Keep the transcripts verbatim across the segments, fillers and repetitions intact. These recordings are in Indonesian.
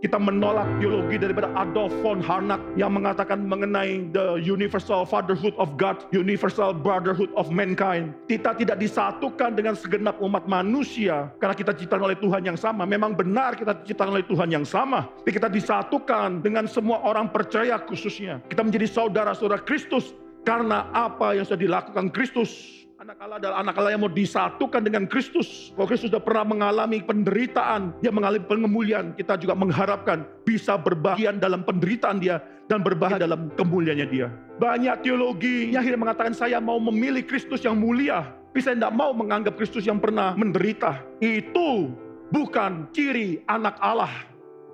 Kita menolak teologi daripada Adolf von Harnack yang mengatakan mengenai the universal fatherhood of God, universal brotherhood of mankind. Kita tidak disatukan dengan segenap umat manusia karena kita diciptakan oleh Tuhan yang sama. Memang benar kita diciptakan oleh Tuhan yang sama, tapi kita disatukan dengan semua orang percaya khususnya. Kita menjadi saudara-saudara Kristus karena apa yang sudah dilakukan Kristus. Anak Allah adalah anak Allah yang mau disatukan dengan Kristus. Kalau Kristus sudah pernah mengalami penderitaan, dia mengalami pengemuliaan, kita juga mengharapkan bisa berbahagian dalam penderitaan dia dan berbahagia dalam kemuliaannya dia. Banyak teologi yang akhirnya mengatakan saya mau memilih Kristus yang mulia, tapi saya tidak mau menganggap Kristus yang pernah menderita. Itu bukan ciri anak Allah.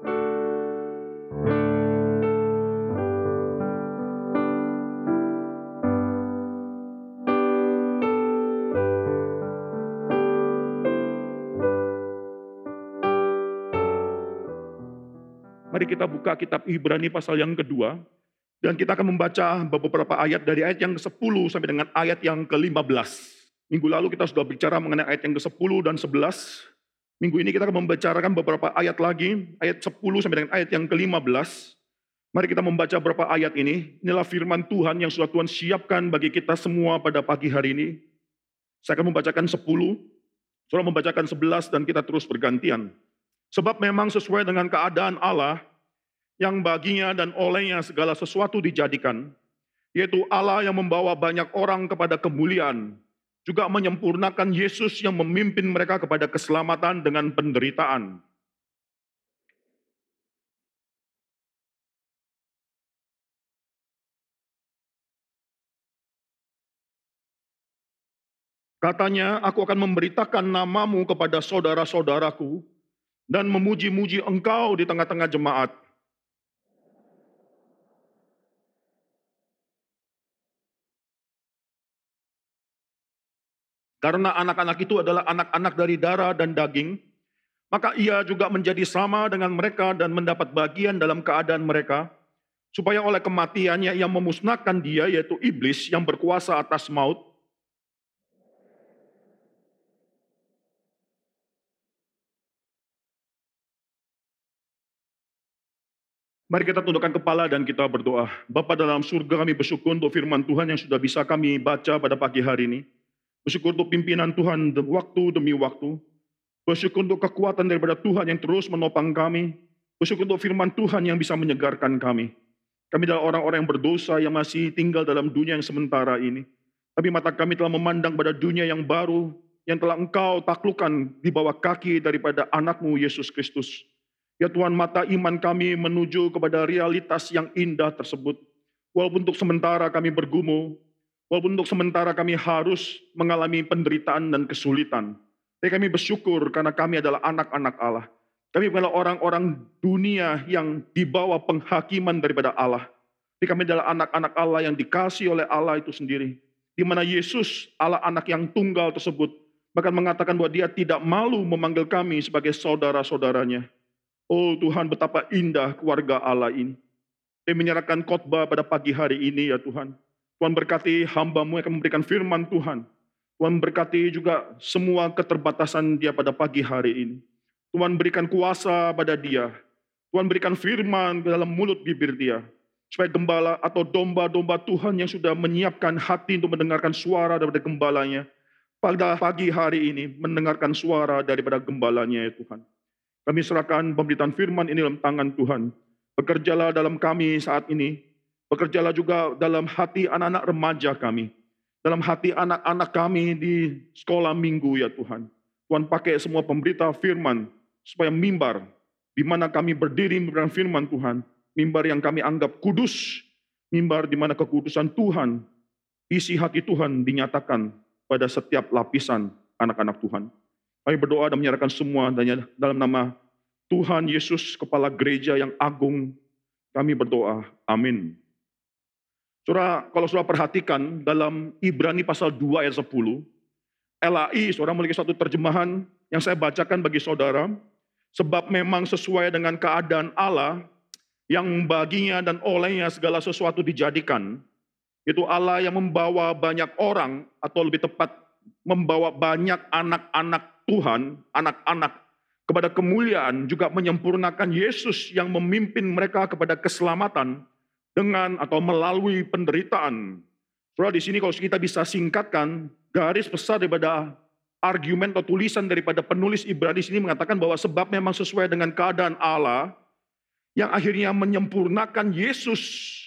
Mari kita buka kitab Ibrani pasal yang kedua, dan kita akan membaca beberapa ayat dari ayat yang kesepuluh sampai dengan ayat yang kelima belas. Minggu lalu kita sudah bicara mengenai ayat yang kesepuluh dan sebelas. Minggu ini kita akan membicarakan beberapa ayat lagi, ayat sepuluh sampai dengan ayat yang kelima belas. Mari kita membaca beberapa ayat ini. Inilah firman Tuhan yang sudah Tuhan siapkan bagi kita semua pada pagi hari ini. Saya akan membacakan sepuluh, saudara membacakan sebelas, dan kita terus bergantian. Sebab memang sesuai dengan keadaan Allah, yang baginya dan olehnya segala sesuatu dijadikan, yaitu Allah yang membawa banyak orang kepada kemuliaan, juga menyempurnakan Yesus yang memimpin mereka kepada keselamatan dengan penderitaan. Katanya, aku akan memberitakan namamu kepada saudara-saudaraku, dan memuji-muji engkau di tengah-tengah jemaat. Karena anak-anak itu adalah anak-anak dari darah dan daging, maka ia juga menjadi sama dengan mereka dan mendapat bagian dalam keadaan mereka, supaya oleh kematiannya ia memusnahkan dia, yaitu iblis yang berkuasa atas maut. Mari kita tundukkan kepala dan kita berdoa. Bapa dalam surga, kami bersyukur untuk firman Tuhan yang sudah bisa kami baca pada pagi hari ini. Bersyukur untuk pimpinan Tuhan waktu demi waktu. Bersyukur untuk kekuatan daripada Tuhan yang terus menopang kami. Bersyukur untuk firman Tuhan yang bisa menyegarkan kami. Kami adalah orang-orang yang berdosa yang masih tinggal dalam dunia yang sementara ini. Tapi mata kami telah memandang pada dunia yang baru, yang telah Engkau taklukkan di bawah kaki daripada anak-Mu Yesus Kristus. Ya Tuhan, mata iman kami menuju kepada realitas yang indah tersebut. Walaupun untuk sementara kami bergumul, walaupun untuk sementara kami harus mengalami penderitaan dan kesulitan. Tapi kami bersyukur karena kami adalah anak-anak Allah. Kami adalah orang-orang dunia yang di bawah penghakiman daripada Allah. Tapi kami adalah anak-anak Allah yang dikasih oleh Allah itu sendiri. Di mana Yesus, Allah anak yang tunggal tersebut, bahkan mengatakan bahwa dia tidak malu memanggil kami sebagai saudara-saudaranya. Oh Tuhan, betapa indah keluarga Allah ini. Kami menyerahkan khotbah pada pagi hari ini ya Tuhan. Tuhan berkati hamba-Mu yang akan memberikan firman Tuhan. Tuhan berkati juga semua keterbatasan dia pada pagi hari ini. Tuhan berikan kuasa pada dia. Tuhan berikan firman ke dalam mulut bibir dia. Supaya gembala atau domba-domba Tuhan yang sudah menyiapkan hati untuk mendengarkan suara daripada gembalanya. Pada pagi hari ini mendengarkan suara daripada gembalanya ya Tuhan. Kami serahkan pemberitaan firman ini dalam tangan Tuhan. Bekerjalah dalam kami saat ini. Bekerjalah juga dalam hati anak-anak remaja kami. Dalam hati anak-anak kami di sekolah minggu ya Tuhan. Tuhan pakai semua pemberita firman. Supaya mimbar. Di mana kami berdiri memberikan firman Tuhan. Mimbar yang kami anggap kudus. Mimbar di mana kekudusan Tuhan. Isi hati Tuhan dinyatakan pada setiap lapisan anak-anak Tuhan. Kami berdoa dan menyerahkan semua dalam nama Tuhan Yesus, Kepala Gereja yang agung. Kami berdoa. Amin. Saudara, kalau saudara perhatikan dalam Ibrani pasal dua ayat sepuluh, L A I, saudara memiliki satu terjemahan yang saya bacakan bagi saudara. Sebab memang sesuai dengan keadaan Allah, yang baginya dan olehnya segala sesuatu dijadikan. Itu Allah yang membawa banyak orang, atau lebih tepat membawa banyak anak-anak Tuhan, anak-anak kepada kemuliaan, juga menyempurnakan Yesus yang memimpin mereka kepada keselamatan dengan atau melalui penderitaan. Saudara, di sini kalau kita bisa singkatkan, garis besar daripada argumen atau tulisan daripada penulis Ibrani sini mengatakan bahwa sebab memang sesuai dengan keadaan Allah yang akhirnya menyempurnakan Yesus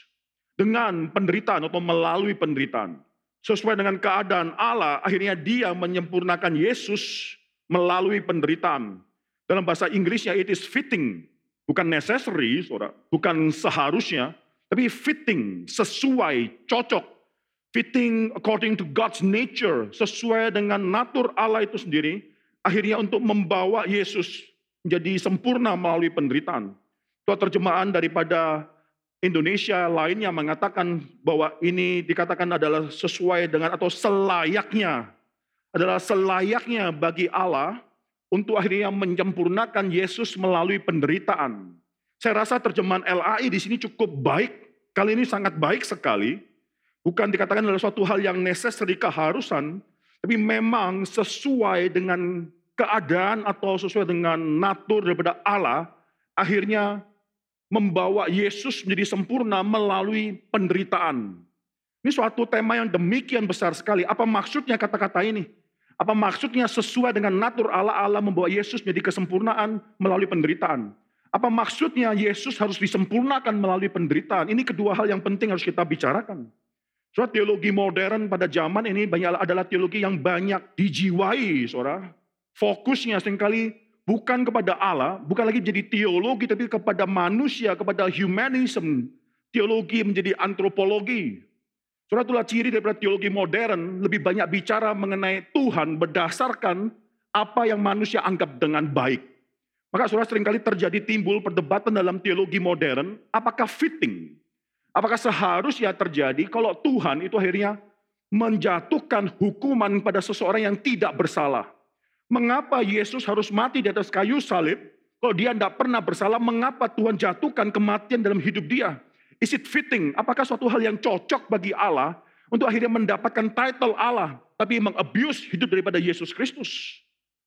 dengan penderitaan atau melalui penderitaan. Sesuai dengan keadaan Allah, akhirnya dia menyempurnakan Yesus melalui penderitaan. Dalam bahasa Inggrisnya, it is fitting. Bukan necessary, saudara. Bukan seharusnya. Tapi fitting, sesuai, cocok. Fitting according to God's nature. Sesuai dengan natur Allah itu sendiri. Akhirnya untuk membawa Yesus menjadi sempurna melalui penderitaan. Itu terjemahan daripada Indonesia lainnya mengatakan bahwa ini dikatakan adalah sesuai dengan atau selayaknya. Adalah selayaknya bagi Allah untuk akhirnya menyempurnakan Yesus melalui penderitaan. Saya rasa terjemahan L A I di sini cukup baik. Kali ini sangat baik sekali. Bukan dikatakan adalah suatu hal yang necessary, keharusan. Tapi memang sesuai dengan keadaan atau sesuai dengan natur daripada Allah. Akhirnya membawa Yesus menjadi sempurna melalui penderitaan. Ini suatu tema yang demikian besar sekali. Apa maksudnya kata-kata ini? Apa maksudnya sesuai dengan natur Allah, Allah membawa Yesus menjadi kesempurnaan melalui penderitaan? Apa maksudnya Yesus harus disempurnakan melalui penderitaan? Ini kedua hal yang penting harus kita bicarakan. Soal teologi modern pada zaman ini banyak adalah teologi yang banyak dijiwai, saudara. Fokusnya seringkali bukan kepada Allah, bukan lagi jadi teologi, tapi kepada manusia, kepada humanism. Teologi menjadi antropologi. Saudara, itulah ciri daripada teologi modern, lebih banyak bicara mengenai Tuhan berdasarkan apa yang manusia anggap dengan baik. Maka saudara seringkali terjadi timbul perdebatan dalam teologi modern, apakah fitting? Apakah seharusnya terjadi kalau Tuhan itu akhirnya menjatuhkan hukuman pada seseorang yang tidak bersalah? Mengapa Yesus harus mati di atas kayu salib? Kalau dia tidak pernah bersalah, mengapa Tuhan jatuhkan kematian dalam hidup dia? Is it fitting? Apakah suatu hal yang cocok bagi Allah untuk akhirnya mendapatkan title Allah, tapi mengabuse hidup daripada Yesus Kristus?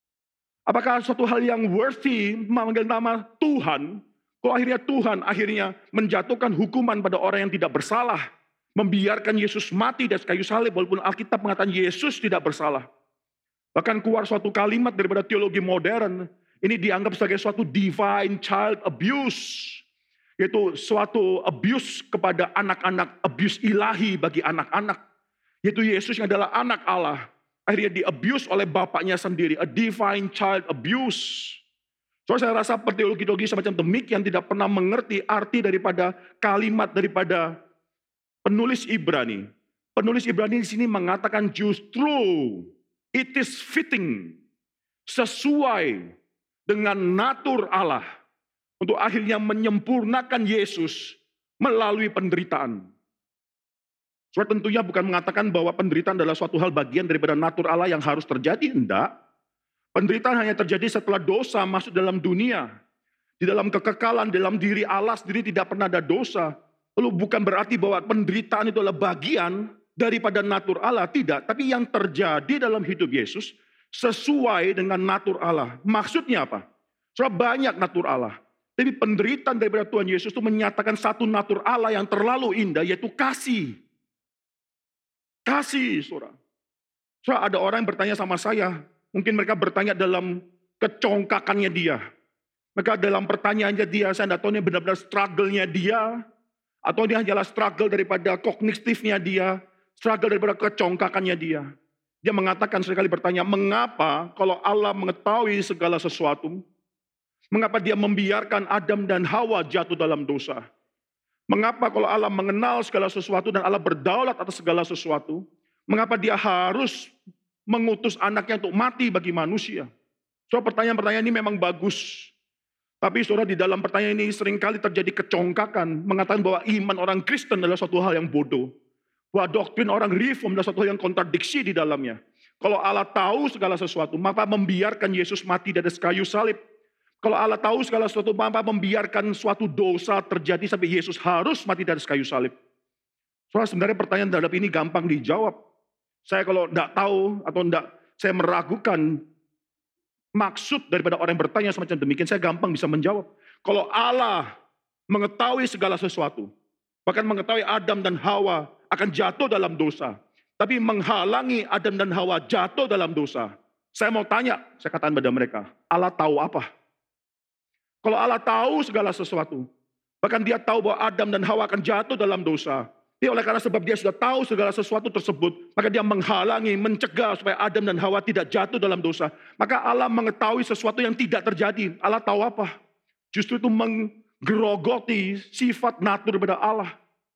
Apakah suatu hal yang worthy memanggil nama Tuhan, kalau akhirnya Tuhan akhirnya menjatuhkan hukuman pada orang yang tidak bersalah, membiarkan Yesus mati di atas kayu salib, walaupun Alkitab mengatakan Yesus tidak bersalah. Bahkan keluar suatu kalimat daripada teologi modern, ini dianggap sebagai suatu divine child abuse. Yaitu suatu abuse kepada anak-anak, abuse ilahi bagi anak-anak. Yaitu Yesus yang adalah anak Allah, akhirnya di-abuse oleh bapaknya sendiri. A divine child abuse. So saya rasa teologi-teologi semacam demikian tidak pernah mengerti arti daripada kalimat daripada penulis Ibrani. Penulis Ibrani di sini mengatakan justru it is fitting, sesuai dengan natur Allah untuk akhirnya menyempurnakan Yesus melalui penderitaan. So, tentunya bukan mengatakan bahwa penderitaan adalah suatu hal bagian daripada natur Allah yang harus terjadi, enggak. Penderitaan hanya terjadi setelah dosa masuk dalam dunia. Di dalam kekekalan, dalam diri Allah sendiri tidak pernah ada dosa. Lalu bukan berarti bahwa penderitaan itu adalah bagian daripada natur Allah, tidak. Tapi yang terjadi dalam hidup Yesus sesuai dengan natur Allah. Maksudnya apa? Soalnya banyak natur Allah. Tapi penderitaan daripada Tuhan Yesus itu menyatakan satu natur Allah yang terlalu indah, yaitu kasih. Kasih, saudara. Saudara, ada orang yang bertanya sama saya, mungkin mereka bertanya dalam kecongkakannya dia. Mereka dalam pertanyaannya dia, saya tidak tahu ini benar-benar struggle-nya dia, atau dia hanyalah struggle daripada kognitifnya dia, struggle daripada kecongkakannya dia. Dia mengatakan sekali bertanya, mengapa kalau Allah mengetahui segala sesuatu, mengapa dia membiarkan Adam dan Hawa jatuh dalam dosa? Mengapa kalau Allah mengenal segala sesuatu dan Allah berdaulat atas segala sesuatu, mengapa dia harus mengutus anaknya untuk mati bagi manusia? So pertanyaan-pertanyaan ini memang bagus. Tapi saudara, di dalam pertanyaan ini seringkali terjadi kecongkakan, mengatakan bahwa iman orang Kristen adalah suatu hal yang bodoh. Bahwa doktrin orang reform adalah suatu hal yang kontradiksi di dalamnya. Kalau Allah tahu segala sesuatu, maka membiarkan Yesus mati di atas kayu salib. Kalau Allah tahu segala sesuatu, maka membiarkan suatu dosa terjadi sampai Yesus harus mati di atas kayu salib. Soalnya sebenarnya pertanyaan terhadap ini gampang dijawab. Saya kalau tidak tahu atau tidak, saya meragukan maksud daripada orang yang bertanya semacam demikian, saya gampang bisa menjawab. Kalau Allah mengetahui segala sesuatu, bahkan mengetahui Adam dan Hawa akan jatuh dalam dosa, tapi menghalangi Adam dan Hawa jatuh dalam dosa. Saya mau tanya, saya katakan pada mereka, Allah tahu apa? Kalau Allah tahu segala sesuatu, bahkan dia tahu bahwa Adam dan Hawa akan jatuh dalam dosa, dia oleh karena sebab dia sudah tahu segala sesuatu tersebut, maka dia menghalangi, mencegah supaya Adam dan Hawa tidak jatuh dalam dosa. Maka Allah mengetahui sesuatu yang tidak terjadi. Allah tahu apa? Justru itu menggerogoti sifat natur daripada Allah.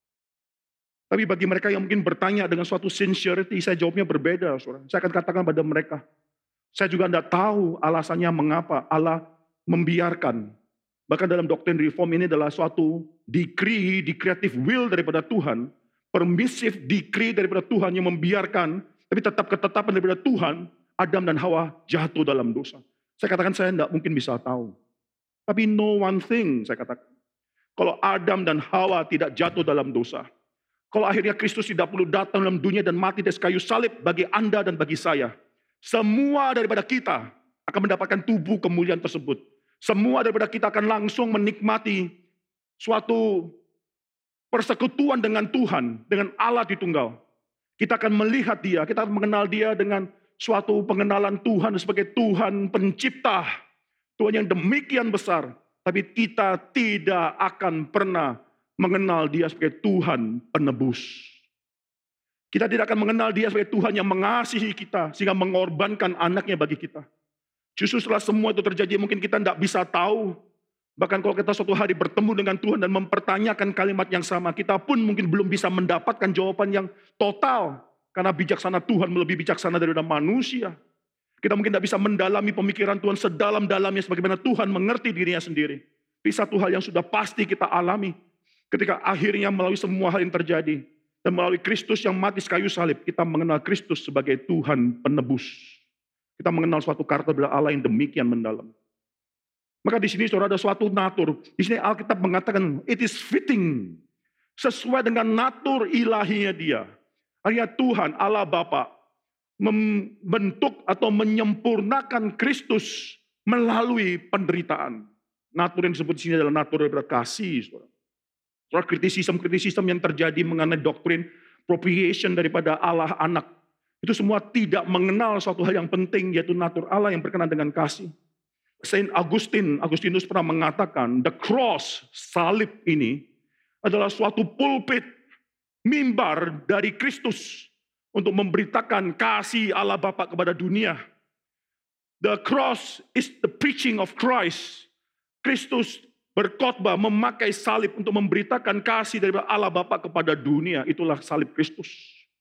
Tapi bagi mereka yang mungkin bertanya dengan suatu sincerity, saya jawabnya berbeda. Saudara. Saya akan katakan pada mereka, saya juga tidak tahu alasannya mengapa Allah membiarkan. Bahkan dalam doktrin reform ini adalah suatu decree, decretive will daripada Tuhan, permissive decree daripada Tuhan yang membiarkan, tapi tetap ketetapan daripada Tuhan, Adam dan Hawa jatuh dalam dosa. Saya katakan saya tidak mungkin bisa tahu. Tapi no one thing, saya katakan. Kalau Adam dan Hawa tidak jatuh dalam dosa, kalau akhirnya Kristus tidak perlu datang dalam dunia dan mati di kayu salib bagi Anda dan bagi saya, semua daripada kita akan mendapatkan tubuh kemuliaan tersebut. Semua daripada kita akan langsung menikmati suatu persekutuan dengan Tuhan, dengan Allah di tunggal. Kita akan melihat dia, kita akan mengenal dia dengan suatu pengenalan Tuhan sebagai Tuhan pencipta. Tuhan yang demikian besar, tapi kita tidak akan pernah mengenal dia sebagai Tuhan penebus. Kita tidak akan mengenal dia sebagai Tuhan yang mengasihi kita, sehingga mengorbankan anaknya bagi kita. Justru setelah semua itu terjadi, mungkin kita tidak bisa tahu. Bahkan kalau kita suatu hari bertemu dengan Tuhan dan mempertanyakan kalimat yang sama, kita pun mungkin belum bisa mendapatkan jawaban yang total. Karena bijaksana Tuhan melebihi bijaksana daripada manusia. Kita mungkin tidak bisa mendalami pemikiran Tuhan sedalam-dalamnya sebagaimana Tuhan mengerti dirinya sendiri. Tapi satu hal yang sudah pasti kita alami. Ketika akhirnya melalui semua hal yang terjadi, dan melalui Kristus yang mati di kayu salib, kita mengenal Kristus sebagai Tuhan penebus. Kita mengenal suatu karakter dari Allah yang demikian mendalam. Maka di sini saudara ada suatu natur. Di sini Alkitab mengatakan it is fitting, sesuai dengan natur ilahinya dia. Artinya Tuhan Allah Bapa membentuk atau menyempurnakan Kristus melalui penderitaan. Natur yang disebut di sini adalah natur daripada kasih. Saudara. Soal kritisisme-kritisisme yang terjadi mengenai doktrin propitiation daripada Allah anak. Itu semua tidak mengenal suatu hal yang penting, yaitu natur Allah yang berkenaan dengan kasih. Saint Augustine, Agustinus pernah mengatakan, the cross, salib ini, adalah suatu pulpit, mimbar dari Kristus untuk memberitakan kasih Allah Bapa kepada dunia. The cross is the preaching of Christ. Kristus berkhotbah memakai salib untuk memberitakan kasih dari Allah Bapa kepada dunia. Itulah salib Kristus.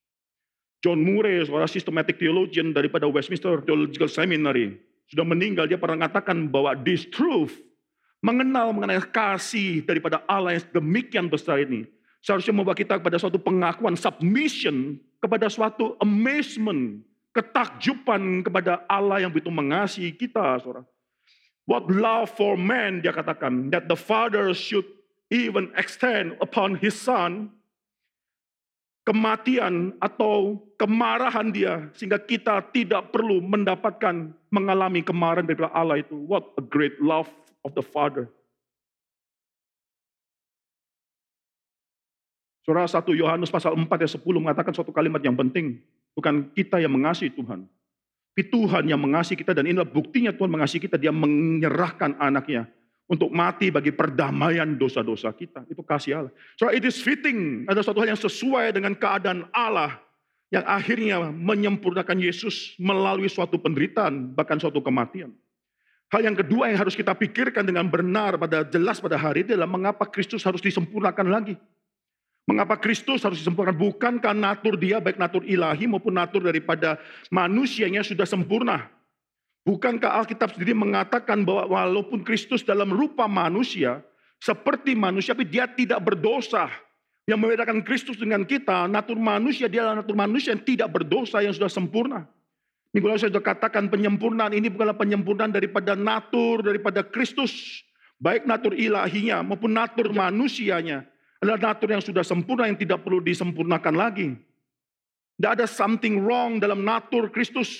John Murray, seorang systematic theologian daripada Westminster Theological Seminary, sudah meninggal. Dia pernah mengatakan bahwa this truth, mengenal mengenai kasih daripada Allah yang demikian besar ini, seharusnya membawa kita kepada suatu pengakuan, submission, kepada suatu amazement, ketakjuban kepada Allah yang begitu mengasihi kita, saudara. What love for man, dia katakan, that the Father should even extend upon his Son, kematian atau kemarahan dia, sehingga kita tidak perlu mendapatkan, mengalami kemarahan dari Allah itu. What a great love of the Father. Surah satu Yohanes pasal empat ayat sepuluh mengatakan suatu kalimat yang penting. Bukan kita yang mengasihi Tuhan, tapi Tuhan yang mengasihi kita, dan inilah buktinya Tuhan mengasihi kita. Dia menyerahkan anaknya untuk mati bagi perdamaian dosa-dosa kita. Itu kasih Allah. So it is fitting, ada suatu hal yang sesuai dengan keadaan Allah yang akhirnya menyempurnakan Yesus melalui suatu penderitaan, bahkan suatu kematian. Hal yang kedua yang harus kita pikirkan dengan benar, pada jelas pada hari ini adalah mengapa Kristus harus disempurnakan lagi. Mengapa Kristus harus disempurnakan? Bukankah natur dia, baik natur ilahi maupun natur daripada manusianya sudah sempurna? Bukankah Alkitab sendiri mengatakan bahwa walaupun Kristus dalam rupa manusia, seperti manusia, tapi dia tidak berdosa. Yang membedakan Kristus dengan kita, natur manusia, dia adalah natur manusia yang tidak berdosa, yang sudah sempurna. Minggu lalu saya sudah katakan penyempurnaan ini bukanlah penyempurnaan daripada natur, daripada Kristus. Baik natur ilahinya maupun natur manusianya. Adalah natur yang sudah sempurna, yang tidak perlu disempurnakan lagi. Tidak ada something wrong dalam natur Kristus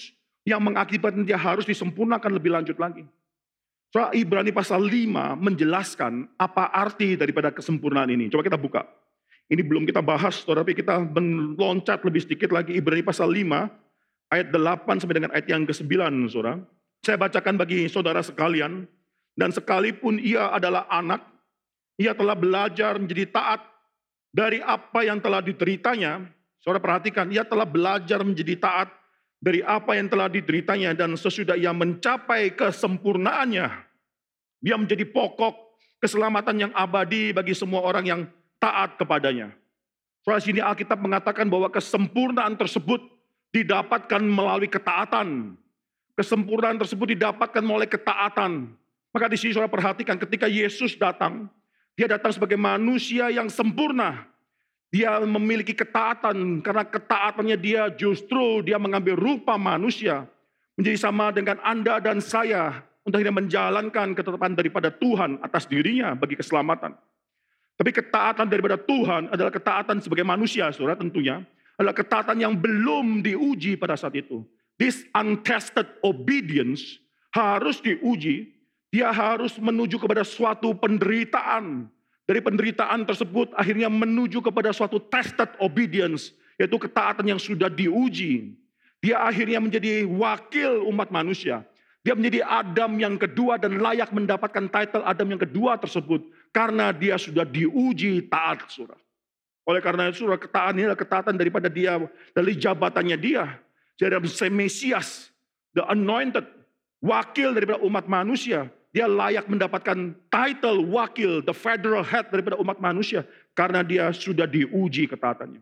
yang mengakibatkan dia harus disempurnakan lebih lanjut lagi. Soal Ibrani pasal lima menjelaskan apa arti daripada kesempurnaan ini. Coba kita buka. Ini belum kita bahas, tapi kita meloncat lebih sedikit lagi. Ibrani pasal lima, ayat delapan sampai dengan ayat yang kesembilan, saudara. Saya bacakan bagi saudara sekalian. Dan sekalipun ia adalah anak, ia telah belajar menjadi taat dari apa yang telah dideritanya. Saudara perhatikan, ia telah belajar menjadi taat dari apa yang telah dideritanya, dan sesudah ia mencapai kesempurnaannya, dia menjadi pokok keselamatan yang abadi bagi semua orang yang taat kepadanya. Soal sini Alkitab mengatakan bahwa kesempurnaan tersebut didapatkan melalui ketaatan. Kesempurnaan tersebut didapatkan melalui ketaatan. Maka di sini saudara perhatikan, ketika Yesus datang, dia datang sebagai manusia yang sempurna. Dia memiliki ketaatan, karena ketaatannya dia justru dia mengambil rupa manusia, menjadi sama dengan Anda dan saya, untuk tidak menjalankan ketetapan daripada Tuhan atas dirinya bagi keselamatan. Tapi ketaatan daripada Tuhan adalah ketaatan sebagai manusia, saudara, tentunya adalah ketaatan yang belum diuji pada saat itu. This untested obedience harus diuji, dia harus menuju kepada suatu penderitaan. Dari penderitaan tersebut akhirnya menuju kepada suatu tested obedience, yaitu ketaatan yang sudah diuji. Dia akhirnya menjadi wakil umat manusia. Dia menjadi Adam yang kedua dan layak mendapatkan title Adam yang kedua tersebut karena dia sudah diuji taat, saudara. Oleh karena itu, saudara, ketaatan ini adalah ketaatan daripada dia, dari jabatannya dia. Jadi Mesias, the anointed, wakil daripada umat manusia. Dia layak mendapatkan title wakil, the federal head daripada umat manusia, karena dia sudah diuji ketaatannya.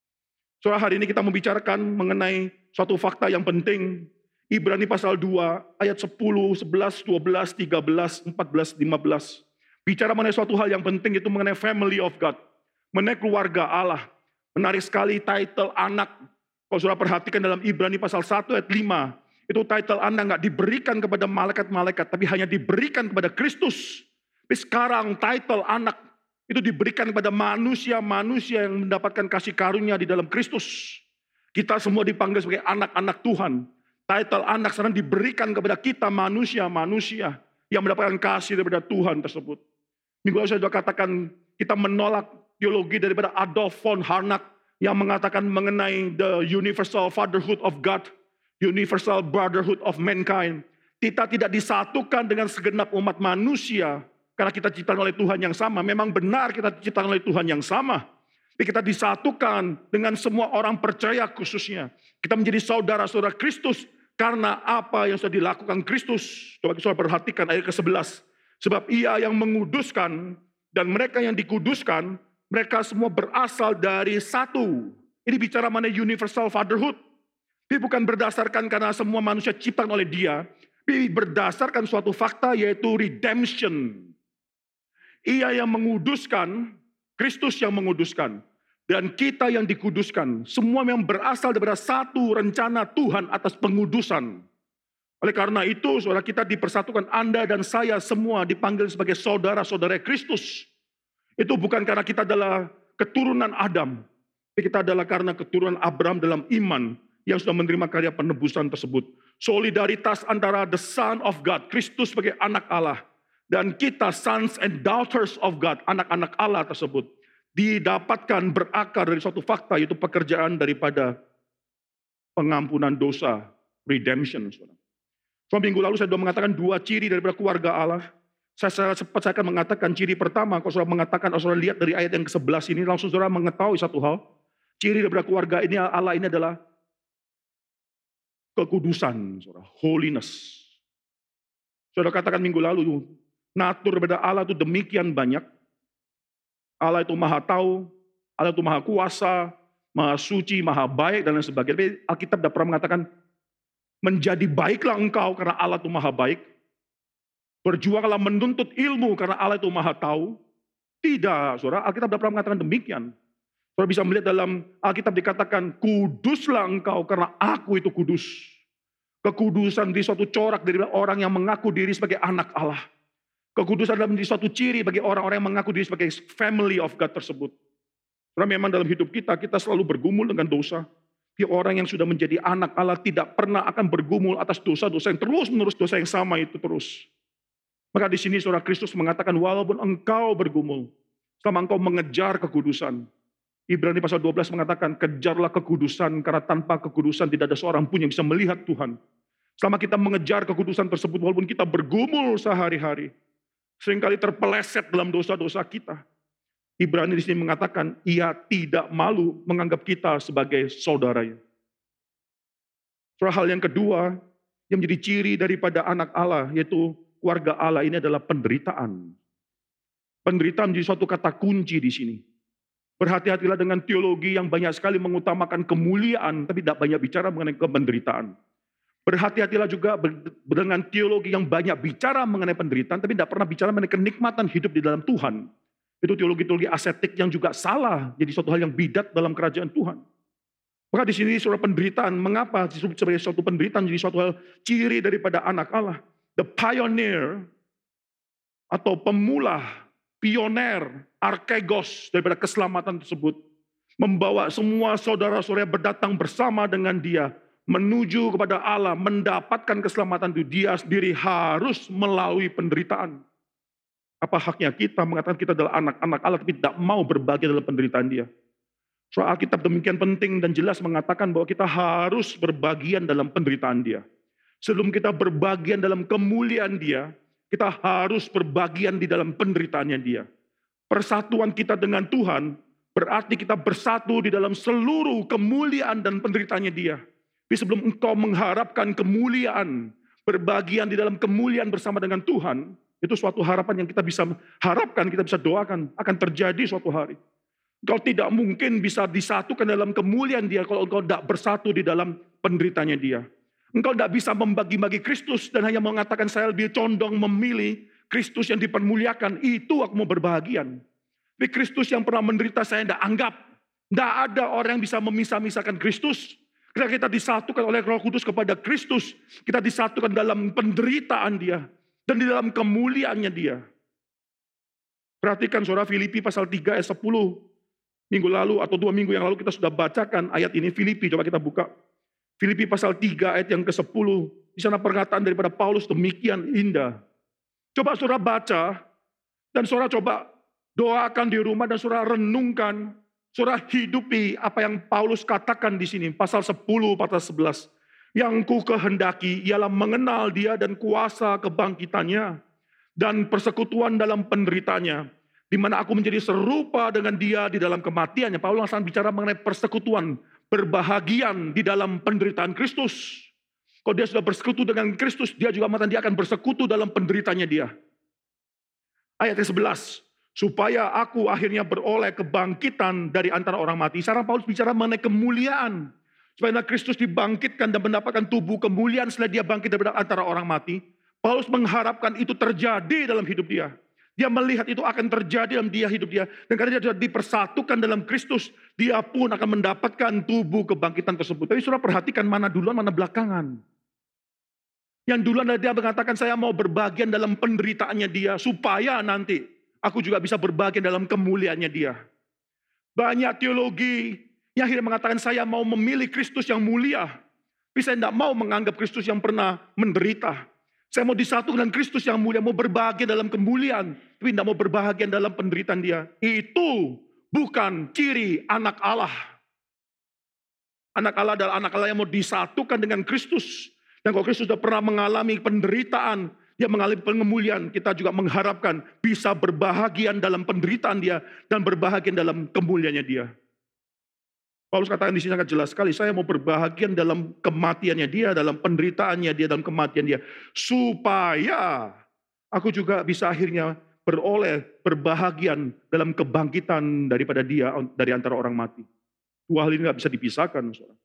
Soal hari ini kita membicarakan mengenai suatu fakta yang penting. Ibrani pasal dua, ayat sepuluh, sebelas, dua belas, tiga belas, empat belas, lima belas. Bicara mengenai suatu hal yang penting, itu mengenai family of God. Mengenai keluarga Allah. Menarik sekali title anak. Kalau saudara perhatikan dalam Ibrani pasal satu ayat lima, itu title Anda nggak diberikan kepada malaikat-malaikat, tapi hanya diberikan kepada Kristus. Tapi sekarang title anak itu diberikan kepada manusia-manusia yang mendapatkan kasih karunia di dalam Kristus. Kita semua dipanggil sebagai anak-anak Tuhan. Title anak sekarang diberikan kepada kita manusia-manusia yang mendapatkan kasih daripada Tuhan tersebut. Minggu lalu saya sudah katakan, kita menolak teologi daripada Adolf von Harnack yang mengatakan mengenai the universal fatherhood of God, universal brotherhood of mankind. Kita tidak disatukan dengan segenap umat manusia karena kita diciptakan oleh Tuhan yang sama. Memang benar kita diciptakan oleh Tuhan yang sama. Tapi kita disatukan dengan semua orang percaya khususnya. Kita menjadi saudara-saudara Kristus karena apa yang sudah dilakukan Kristus. Coba kita perhatikan ayat ke sebelas. Sebab ia yang menguduskan dan mereka yang dikuduskan, mereka semua berasal dari satu. Ini bicara mengenai universal fatherhood. Tapi bukan berdasarkan karena semua manusia ciptakan oleh dia, tapi berdasarkan suatu fakta yaitu redemption. Ia yang menguduskan, Kristus yang menguduskan, dan kita yang dikuduskan. Semua yang berasal dari satu rencana Tuhan atas pengudusan. Oleh karena itu, saudara, kita dipersatukan, Anda dan saya semua dipanggil sebagai saudara-saudara Kristus. Itu bukan karena kita adalah keturunan Adam, tapi kita adalah karena keturunan Abraham dalam iman, yang sudah menerima karya penebusan tersebut. Solidaritas antara the Son of God, Kristus sebagai anak Allah, dan kita sons and daughters of God, anak-anak Allah tersebut, didapatkan berakar dari suatu fakta, yaitu pekerjaan daripada pengampunan dosa, redemption. So, minggu lalu saya sudah mengatakan dua ciri daripada keluarga Allah. Saya secara cepat saya akan mengatakan ciri pertama. Kalau saudara mengatakan, kalau saudara lihat dari ayat yang ke sebelas ini, langsung saudara mengetahui satu hal. Ciri daripada keluarga ini, Allah ini adalah kekudusan, saudara, holiness. Saudara katakan minggu lalu, natur daripada Allah itu demikian banyak. Allah itu maha tahu, Allah itu maha kuasa, maha suci, maha baik, dan lain sebagainya. Tapi Alkitab tidak pernah mengatakan, menjadi baiklah engkau karena Allah itu maha baik. Berjuanglah menuntut ilmu karena Allah itu maha tahu. Tidak, saudara, Alkitab tidak pernah mengatakan demikian. Saudara bisa melihat dalam Alkitab dikatakan, kuduslah engkau karena aku itu kudus. Kekudusan di suatu corak dari orang yang mengaku diri sebagai anak Allah. Kekudusan adalah menjadi suatu ciri bagi orang-orang yang mengaku diri sebagai family of God tersebut. Karena memang dalam hidup kita, kita selalu bergumul dengan dosa. Dia orang yang sudah menjadi anak Allah tidak pernah akan bergumul atas dosa-dosa yang terus-menerus dosa yang sama itu terus. Maka di sini saudara Kristus mengatakan walaupun engkau bergumul, selama engkau mengejar kekudusan. Ibrani pasal dua belas mengatakan kejarlah kekudusan karena tanpa kekudusan tidak ada seorang pun yang bisa melihat Tuhan. Selama kita mengejar kekudusan tersebut walaupun kita bergumul sehari-hari, seringkali terpeleset dalam dosa-dosa kita. Ibrani di sini mengatakan, ia tidak malu menganggap kita sebagai saudaranya. Soal hal yang kedua, yang menjadi ciri daripada anak Allah, yaitu keluarga Allah ini adalah penderitaan. Penderitaan menjadi suatu kata kunci di sini. Berhati-hatilah dengan teologi yang banyak sekali mengutamakan kemuliaan, tapi tidak banyak bicara mengenai penderitaan. Berhati-hatilah juga dengan teologi yang banyak bicara mengenai penderitaan, tapi tidak pernah bicara mengenai kenikmatan hidup di dalam Tuhan. Itu teologi-teologi asetik yang juga salah, jadi suatu hal yang bidat dalam kerajaan Tuhan. Maka di sini suatu penderitaan, mengapa disebut sebagai suatu penderitaan jadi suatu hal ciri daripada anak Allah. The pioneer atau pemula, pioner, arkegos daripada keselamatan tersebut. Membawa semua saudara-saudara berdatang bersama dengan dia, menuju kepada Allah, mendapatkan keselamatan itu. Dia sendiri harus melalui penderitaan. Apa haknya kita mengatakan kita adalah anak-anak Allah tapi tidak mau berbagi dalam penderitaan dia. Soal Alkitab demikian penting dan jelas mengatakan bahwa kita harus berbagian dalam penderitaan dia. Sebelum kita berbagian dalam kemuliaan dia, kita harus berbagian di dalam penderitaannya dia. Persatuan kita dengan Tuhan berarti kita bersatu di dalam seluruh kemuliaan dan penderitaannya dia. Tapi sebelum engkau mengharapkan kemuliaan, berbagian di dalam kemuliaan bersama dengan Tuhan, itu suatu harapan yang kita bisa harapkan, kita bisa doakan akan terjadi suatu hari. Engkau tidak mungkin bisa disatukan dalam kemuliaan dia kalau engkau tidak bersatu di dalam penderitanya dia. Engkau tidak bisa membagi-bagi Kristus dan hanya mengatakan saya lebih condong memilih Kristus yang dipermuliakan, itu aku mau berbahagian. Tapi Kristus yang pernah menderita saya tidak anggap. Tidak ada orang yang bisa memisah-misahkan Kristus. Ketika kita disatukan oleh Roh Kudus kepada Kristus, kita disatukan dalam penderitaan dia. Dan di dalam kemuliaannya dia. Perhatikan saudara Filipi pasal tiga ayat sepuluh. Minggu lalu atau dua minggu yang lalu kita sudah bacakan ayat ini. Filipi, coba kita buka. Filipi pasal tiga ayat yang ke sepuluh. Di sana perkataan daripada Paulus demikian indah. Coba saudara baca. Dan saudara coba doakan di rumah dan saudara renungkan. Saudara hidupi apa yang Paulus katakan di sini. Pasal sepuluh, pasal sebelas. Yang ku kehendaki ialah mengenal dia dan kuasa kebangkitannya dan persekutuan dalam penderitanya, di mana aku menjadi serupa dengan dia di dalam kematiannya. Paulus akan bicara mengenai persekutuan, berbahagian di dalam penderitaan Kristus. Kalau dia sudah bersekutu dengan Kristus, dia juga mengatakan dia akan bersekutu dalam penderitanya dia. Ayat yang sebelas, supaya aku akhirnya beroleh kebangkitan dari antara orang mati. Sekarang Paulus bicara mengenai kemuliaan. Supaya Kristus dibangkitkan dan mendapatkan tubuh kemuliaan setelah dia bangkit dari antara orang mati. Paulus mengharapkan itu terjadi dalam hidup dia. Dia melihat itu akan terjadi dalam dia hidup dia. Dan karena dia sudah dipersatukan dalam Kristus, dia pun akan mendapatkan tubuh kebangkitan tersebut. Tapi saudara perhatikan mana duluan, mana belakangan. Yang duluan dia mengatakan saya mau berbagian dalam penderitaannya dia. Supaya nanti aku juga bisa berbagian dalam kemuliaannya dia. Banyak teologi yang akhirnya mengatakan saya mau memilih Kristus yang mulia. Tapi saya tidak mau menganggap Kristus yang pernah menderita. Saya mau disatukan dengan Kristus yang mulia. Mau berbahagia dalam kemuliaan. Tapi tidak mau berbahagia dalam penderitaan dia. Itu bukan ciri anak Allah. Anak Allah adalah anak Allah yang mau disatukan dengan Kristus. Dan kalau Kristus sudah pernah mengalami penderitaan, dia mengalami pengemuliaan, kita juga mengharapkan bisa berbahagia dalam penderitaan dia. Dan berbahagia dalam kemuliaannya dia. Paulus katakan di sini sangat jelas sekali, saya mau berbahagia dalam kematiannya dia, dalam penderitaannya dia, dalam kematian dia. Supaya aku juga bisa akhirnya beroleh berbahagian dalam kebangkitan daripada dia, dari antara orang mati. Dua hal ini gak bisa dipisahkan. Saudara.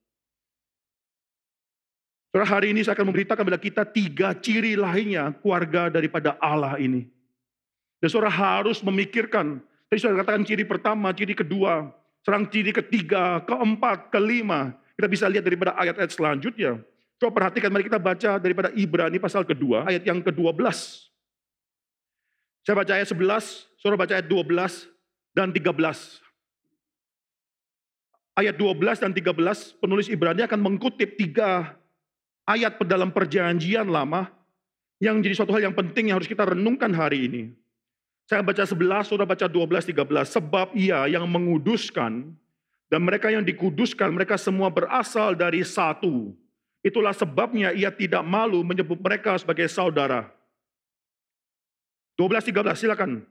Saudara, hari ini saya akan memberitakan kepada kita tiga ciri lainnya keluarga daripada Allah ini. Dan saudara harus memikirkan, tadi saudara katakan ciri pertama, ciri kedua, serang ciri ketiga, keempat, kelima. Kita bisa lihat daripada ayat-ayat selanjutnya. Coba perhatikan, mari kita baca daripada Ibrani pasal kedua, ayat yang kedua belas. Saya baca ayat sebelas, saudara baca ayat dua belas dan tiga belas. ayat dua belas dan tiga belas, penulis Ibrani akan mengutip tiga ayat dalam perjanjian lama yang menjadi suatu hal yang penting yang harus kita renungkan hari ini. Saya baca sebelas, saudara baca dua belas, tiga belas. Sebab ia yang menguduskan, dan mereka yang dikuduskan, mereka semua berasal dari satu. Itulah sebabnya ia tidak malu menyebut mereka sebagai saudara. dua belas, tiga belas, silakan.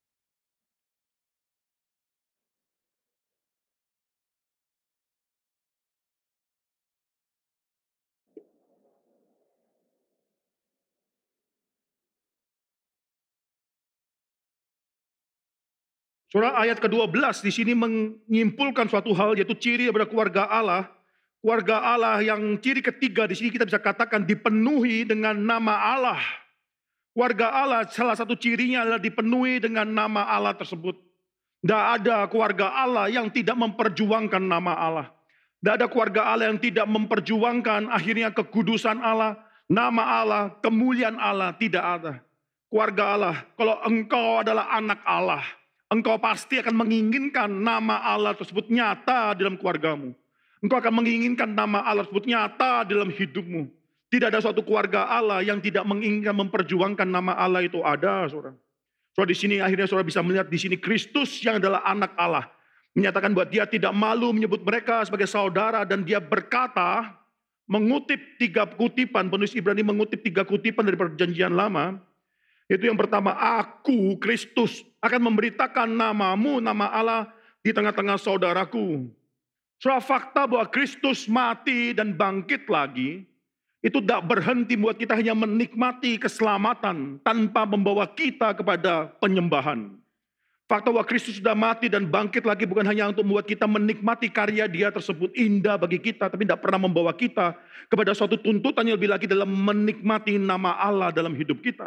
Saudara, ayat kedua belas di sini menyimpulkan suatu hal, yaitu ciri daripada keluarga Allah. Keluarga Allah yang ciri ketiga di sini kita bisa katakan dipenuhi dengan nama Allah. Keluarga Allah salah satu cirinya adalah dipenuhi dengan nama Allah tersebut. Tidak ada keluarga Allah yang tidak memperjuangkan nama Allah. Tidak ada keluarga Allah yang tidak memperjuangkan akhirnya kekudusan Allah, nama Allah, kemuliaan Allah. Tidak ada. Keluarga Allah, kalau engkau adalah anak Allah, engkau pasti akan menginginkan nama Allah tersebut nyata dalam keluargamu. Engkau akan menginginkan nama Allah tersebut nyata dalam hidupmu. Tidak ada suatu keluarga Allah yang tidak menginginkan memperjuangkan nama Allah itu ada, saudara. Saudara, di sini akhirnya saudara bisa melihat di sini Kristus yang adalah anak Allah menyatakan bahwa dia tidak malu menyebut mereka sebagai saudara, dan dia berkata, mengutip tiga kutipan, penulis Ibrani mengutip tiga kutipan dari perjanjian lama. Itu yang pertama, aku Kristus akan memberitakan namamu, nama Allah di tengah-tengah saudaraku. Soal fakta bahwa Kristus mati dan bangkit lagi, itu tidak berhenti buat kita hanya menikmati keselamatan tanpa membawa kita kepada penyembahan. Fakta bahwa Kristus sudah mati dan bangkit lagi bukan hanya untuk membuat kita menikmati karya dia tersebut indah bagi kita, tapi tidak pernah membawa kita kepada suatu tuntutan yang lebih lagi dalam menikmati nama Allah dalam hidup kita.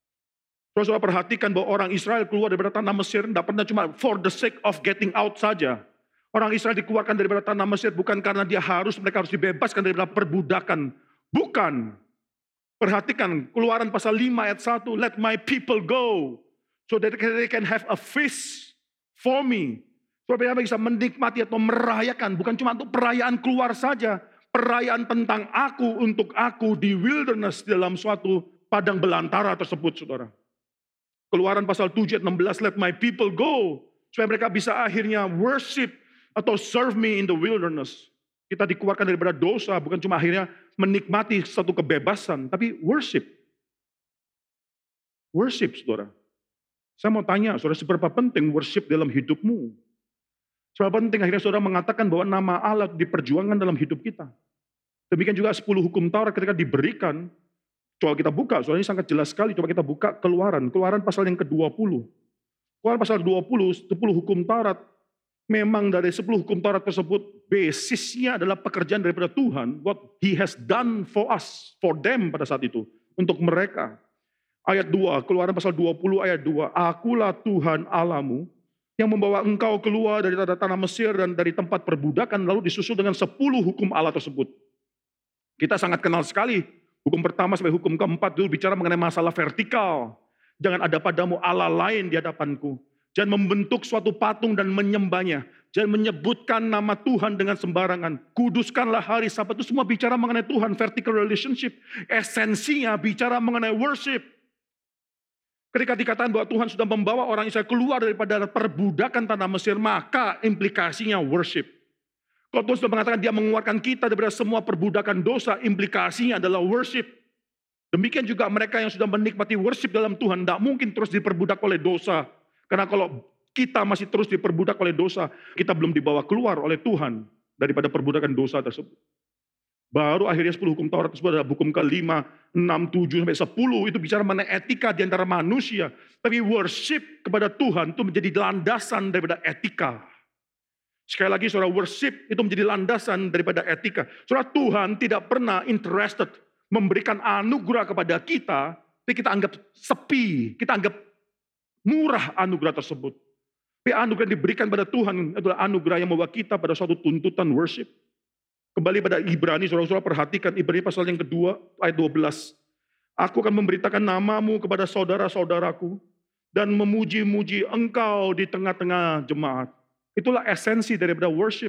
Saudara perhatikan bahwa orang Israel keluar dari tanah Mesir tidak pernah cuma for the sake of getting out saja. Orang Israel dikeluarkan dari tanah Mesir bukan karena dia harus, mereka harus dibebaskan dari perbudakan. Bukan. Perhatikan Keluaran pasal lima ayat satu, let my people go so that they can have a feast for me. Supaya mereka bisa menikmati atau merayakan, bukan cuma untuk perayaan keluar saja, perayaan tentang aku, untuk aku di wilderness dalam suatu padang belantara tersebut, saudara. Keluaran pasal tujuh ayat enam belas, let my people go, supaya mereka bisa akhirnya worship atau serve me in the wilderness. Kita dikeluarkan daripada dosa, bukan cuma akhirnya menikmati satu kebebasan, tapi worship. Worship, saudara. Saya mau tanya, saudara, seberapa penting worship dalam hidupmu? Seberapa penting akhirnya saudara mengatakan bahwa nama Allah diperjuangkan dalam hidup kita. Demikian juga sepuluh hukum Taurat ketika diberikan, coba kita buka, soalnya ini sangat jelas sekali, coba kita buka Keluaran, Keluaran pasal yang kedua puluh. Keluaran pasal dua puluh, sepuluh hukum Taurat. Memang dari sepuluh hukum Taurat tersebut, basisnya adalah pekerjaan daripada Tuhan, what He has done for us, for them pada saat itu, untuk mereka. Ayat dua, Keluaran pasal dua puluh ayat dua, akulah Tuhan Allahmu, yang membawa engkau keluar dari tanah Mesir dan dari tempat perbudakan, lalu disusul dengan sepuluh hukum Allah tersebut. Kita sangat kenal sekali, hukum pertama sampai hukum keempat dulu bicara mengenai masalah vertikal. Jangan ada padamu Allah lain di hadapanku. Jangan membentuk suatu patung dan menyembahnya. Jangan menyebutkan nama Tuhan dengan sembarangan. Kuduskanlah hari Sabat, itu semua bicara mengenai Tuhan, vertical relationship. Esensinya bicara mengenai worship. Ketika dikatakan bahwa Tuhan sudah membawa orang Israel keluar daripada perbudakan tanah Mesir, maka implikasinya worship. Kalau Tuhan sudah mengatakan dia mengeluarkan kita daripada semua perbudakan dosa, implikasinya adalah worship. Demikian juga mereka yang sudah menikmati worship dalam Tuhan, tidak mungkin terus diperbudak oleh dosa. Karena kalau kita masih terus diperbudak oleh dosa, kita belum dibawa keluar oleh Tuhan daripada perbudakan dosa tersebut. Baru akhirnya sepuluh hukum Taurat tersebut adalah hukum kelima, enam, tujuh, sampai sepuluh, itu bicara mengenai etika di antara manusia. Tapi worship kepada Tuhan itu menjadi landasan daripada etika. Sekali lagi, saudara, worship itu menjadi landasan daripada etika. Saudara, Tuhan tidak pernah interested memberikan anugerah kepada kita, tapi kita anggap sepi, kita anggap murah anugerah tersebut. Tapi anugerah yang diberikan pada Tuhan adalah anugerah yang membawa kita pada suatu tuntutan worship. Kembali pada Ibrani, saudara-saudara perhatikan Ibrani pasal yang kedua ayat dua belas. Aku akan memberitakan namamu kepada saudara-saudaraku dan memuji-muji engkau di tengah-tengah jemaat. Itulah esensi daripada worship.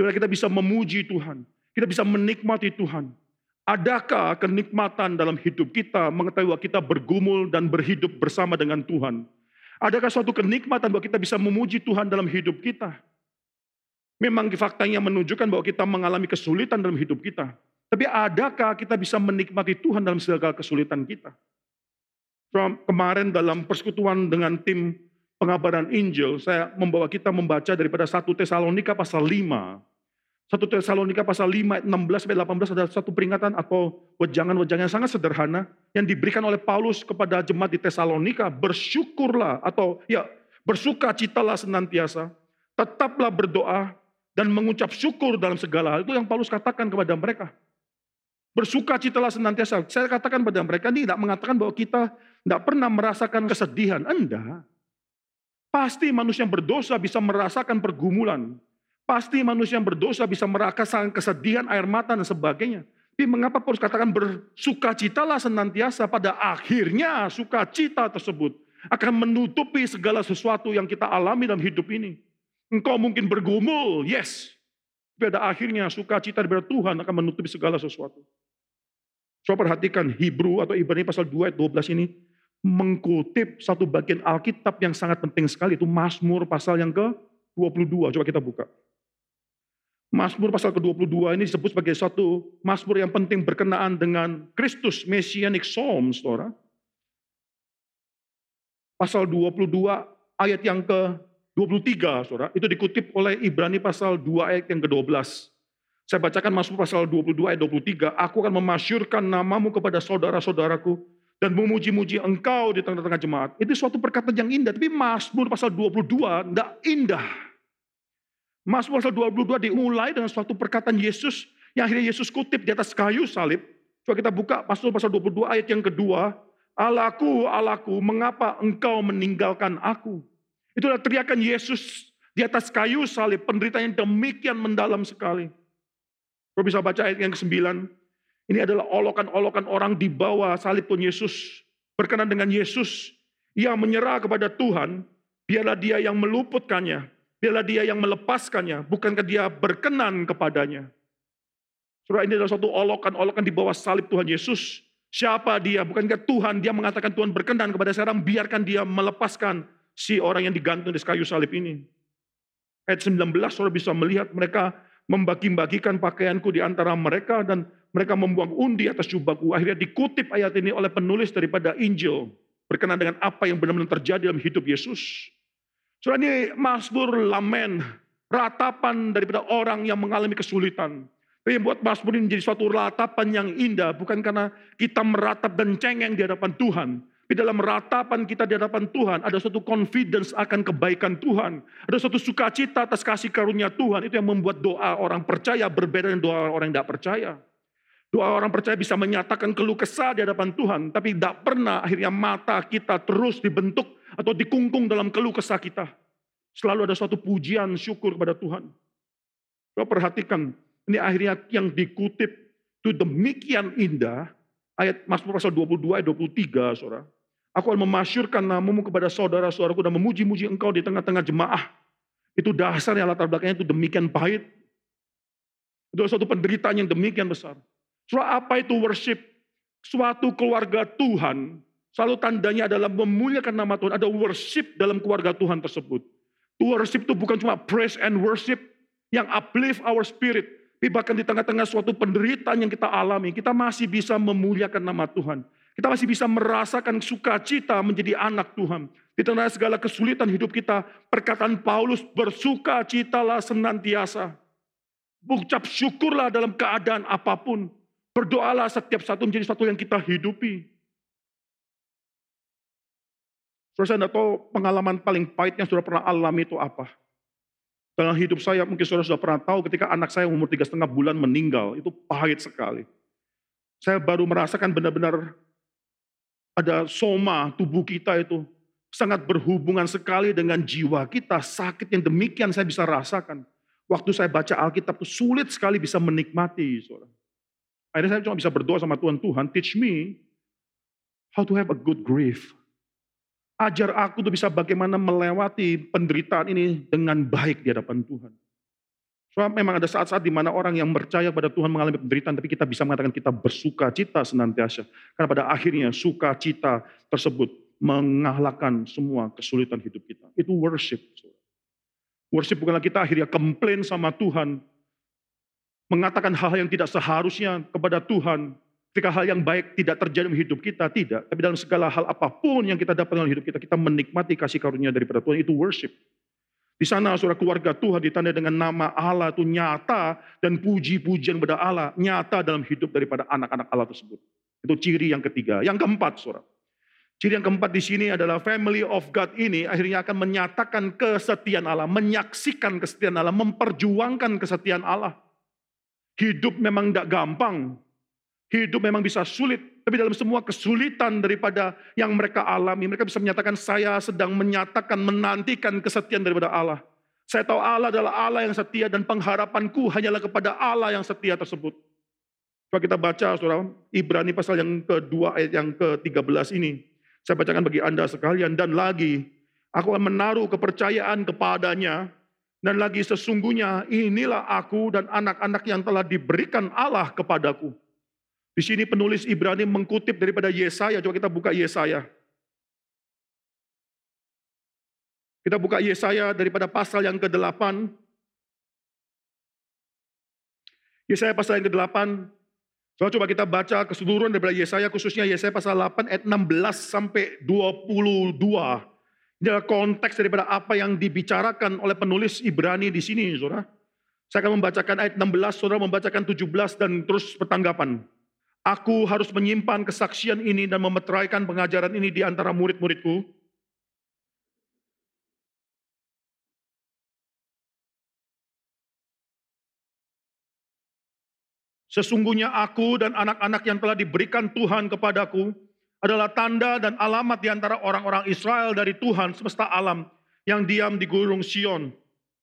di mana kita bisa memuji Tuhan, kita bisa menikmati Tuhan. Adakah kenikmatan dalam hidup kita mengetahui bahwa kita bergumul dan berhidup bersama dengan Tuhan? Adakah suatu kenikmatan bahwa kita bisa memuji Tuhan dalam hidup kita? Memang faktanya menunjukkan bahwa kita mengalami kesulitan dalam hidup kita. Tapi adakah kita bisa menikmati Tuhan dalam segala kesulitan kita? Kemarin dalam persekutuan dengan tim pengabaran Injil, saya membawa kita membaca daripada satu Tesalonika pasal lima. satu Tesalonika pasal lima, ayat enam belas sampai delapan belas adalah satu peringatan atau wejangan-wejangan yang sangat sederhana yang diberikan oleh Paulus kepada jemaat di Tesalonika. Bersyukurlah atau ya bersukacitalah senantiasa, tetaplah berdoa dan mengucap syukur dalam segala hal. Itu yang Paulus katakan kepada mereka. Bersukacitalah senantiasa. Saya katakan pada mereka ini tidak mengatakan bahwa kita tidak pernah merasakan kesedihan. Enggak. Pasti manusia yang berdosa bisa merasakan pergumulan. Pasti manusia yang berdosa bisa merasakan kesedihan, air mata, dan sebagainya. Tapi mengapa Paulus katakan bersukacitalah senantiasa? Pada akhirnya sukacita tersebut akan menutupi segala sesuatu yang kita alami dalam hidup ini. Engkau mungkin bergumul, yes. Tapi pada akhirnya sukacita daripada Tuhan akan menutupi segala sesuatu. Coba perhatikan Hebrew atau Ibrani pasal dua ayat dua belas ini mengutip satu bagian Alkitab yang sangat penting sekali. Itu Mazmur pasal yang ke dua puluh dua. Coba kita buka. Mazmur pasal ke dua puluh dua ini disebut sebagai satu Mazmur yang penting berkenaan dengan Kristus, Messianic Psalm, saudara. Pasal dua puluh dua ayat yang ke dua puluh tiga, saudara. Itu dikutip oleh Ibrani pasal dua ayat yang ke dua belas. Saya bacakan Mazmur pasal dua puluh dua ayat dua puluh tiga. Aku akan memasyurkan namamu kepada saudara-saudaraku dan memuji-muji engkau di tengah-tengah jemaat. Itu suatu perkataan yang indah. Tapi Mazmur pasal dua puluh dua tidak indah. Mazmur pasal dua puluh dua dimulai dengan suatu perkataan Yesus yang akhirnya Yesus kutip di atas kayu salib. Coba kita buka Mazmur pasal dua puluh dua ayat yang kedua. Allahku, Allahku, mengapa engkau meninggalkan aku? Itulah teriakan Yesus di atas kayu salib. Penderitaan yang demikian mendalam sekali. Kau bisa baca ayat yang kesembilan. Ini adalah olokan-olokan orang di bawah salib Tuhan Yesus. Berkenan dengan Yesus yang menyerah kepada Tuhan. Biarlah dia yang meluputkannya. Biarlah dia yang melepaskannya, bukankah dia berkenan kepadanya. Saudara, ini adalah suatu olokan-olokan di bawah salib Tuhan Yesus. Siapa dia? Bukankah Tuhan, dia mengatakan Tuhan berkenan kepada sekarang, biarkan dia melepaskan si orang yang digantung di kayu salib ini. Ayat sembilan belas, saudara bisa melihat mereka membagi-bagikan pakaianku di antara mereka dan mereka membuang undi atas jubahku. Akhirnya dikutip ayat ini oleh penulis daripada Injil. Berkenaan dengan apa yang benar-benar terjadi dalam hidup Yesus. Saudara, ini Mazmur lamen, ratapan daripada orang yang mengalami kesulitan. Tapi yang buat Mazmur ini menjadi suatu ratapan yang indah, bukan karena kita meratap dan cengeng di hadapan Tuhan. Tapi dalam ratapan kita di hadapan Tuhan, ada suatu confidence akan kebaikan Tuhan. Ada suatu sukacita atas kasih karunia Tuhan. Itu yang membuat doa orang percaya berbeda dengan doa orang yang tidak percaya. Doa orang percaya bisa menyatakan keluh kesah di hadapan Tuhan, tapi tidak pernah akhirnya mata kita terus dibentuk atau dikungkung dalam keluh kesah kita. Selalu ada suatu pujian syukur kepada Tuhan. Kau perhatikan, ini akhirnya yang dikutip itu demikian indah. Ayat Mazmur pasal dua puluh dua ayat dua puluh tiga, saudara. Aku akan memasyurkan namamu kepada saudara-saudaraku dan memuji-muji engkau di tengah-tengah jemaah. Itu dasarnya, latar belakangnya itu demikian pahit. Itu adalah suatu penderitaan yang demikian besar. Saudara, apa itu worship? Suatu keluarga Tuhan, selalu tandanya adalah memuliakan nama Tuhan. Ada worship dalam keluarga Tuhan tersebut. Worship itu bukan cuma praise and worship yang uplift our spirit. Tapi bahkan di tengah-tengah suatu penderitaan yang kita alami, kita masih bisa memuliakan nama Tuhan. Kita masih bisa merasakan sukacita menjadi anak Tuhan. Di tengah segala kesulitan hidup kita, perkataan Paulus, bersukacitalah senantiasa. Ucap syukurlah dalam keadaan apapun. Berdoalah setiap satu menjadi satu yang kita hidupi. Saudara, saya tidak tahu pengalaman paling pahit yang sudah pernah alami itu apa. Dalam hidup saya mungkin saudara sudah pernah tahu ketika anak saya umur tiga setengah bulan meninggal. Itu pahit sekali. Saya baru merasakan benar-benar ada soma tubuh kita itu. Sangat berhubungan sekali dengan jiwa kita. Sakit yang demikian saya bisa rasakan. Waktu saya baca Alkitab itu sulit sekali bisa menikmati. Saudara. Akhirnya saya cuma bisa berdoa sama Tuhan, Tuhan teach me how to have a good grief. Ajar aku tuh bisa bagaimana melewati penderitaan ini dengan baik di hadapan Tuhan. Soalnya memang ada saat-saat di mana orang yang percaya pada Tuhan mengalami penderitaan, tapi kita bisa mengatakan kita bersuka cita senantiasa. Karena pada akhirnya sukacita tersebut mengalahkan semua kesulitan hidup kita. Itu worship. Worship bukanlah kita akhirnya komplain sama Tuhan, mengatakan hal-hal yang tidak seharusnya kepada Tuhan, ketika hal yang baik tidak terjadi dalam hidup kita, tidak. Tapi dalam segala hal apapun yang kita dapat dalam hidup kita, kita menikmati kasih karunia daripada Tuhan, itu worship. Di sana saudara, keluarga Tuhan ditandai dengan nama Allah itu nyata, dan puji-pujian kepada Allah nyata dalam hidup daripada anak-anak Allah tersebut. Itu ciri yang ketiga. Yang keempat saudara, ciri yang keempat di sini adalah family of God ini akhirnya akan menyatakan kesetiaan Allah, menyaksikan kesetiaan Allah, memperjuangkan kesetiaan Allah. Hidup memang tidak gampang, hidup memang bisa sulit, tapi dalam semua kesulitan daripada yang mereka alami, mereka bisa menyatakan, saya sedang menyatakan, menantikan kesetiaan daripada Allah. Saya tahu Allah adalah Allah yang setia, dan pengharapanku hanyalah kepada Allah yang setia tersebut. Coba kita baca, saudara, Ibrani pasal yang kedua, ayat yang ke tiga belas ini. Saya bacakan bagi Anda sekalian. Dan lagi, aku akan menaruh kepercayaan kepadanya, dan lagi sesungguhnya inilah aku dan anak-anak yang telah diberikan Allah kepadaku. Di sini penulis Ibrani mengutip daripada Yesaya. Coba kita buka Yesaya. Kita buka Yesaya daripada pasal yang kedelapan. Yesaya pasal yang kedelapan. Coba coba kita baca keseluruhan daripada Yesaya, khususnya Yesaya pasal delapan ayat enam belas sampai dua puluh dua. Ini adalah konteks daripada apa yang dibicarakan oleh penulis Ibrani di sini, saudara. Saya akan membacakan ayat enam belas, saudara membacakan tujuh belas dan terus pertanggapan. Aku harus menyimpan kesaksian ini dan memeteraikan pengajaran ini di antara murid-muridku. Sesungguhnya aku dan anak-anak yang telah diberikan Tuhan kepadaku adalah tanda dan alamat di antara orang-orang Israel dari Tuhan semesta alam yang diam di gunung Sion.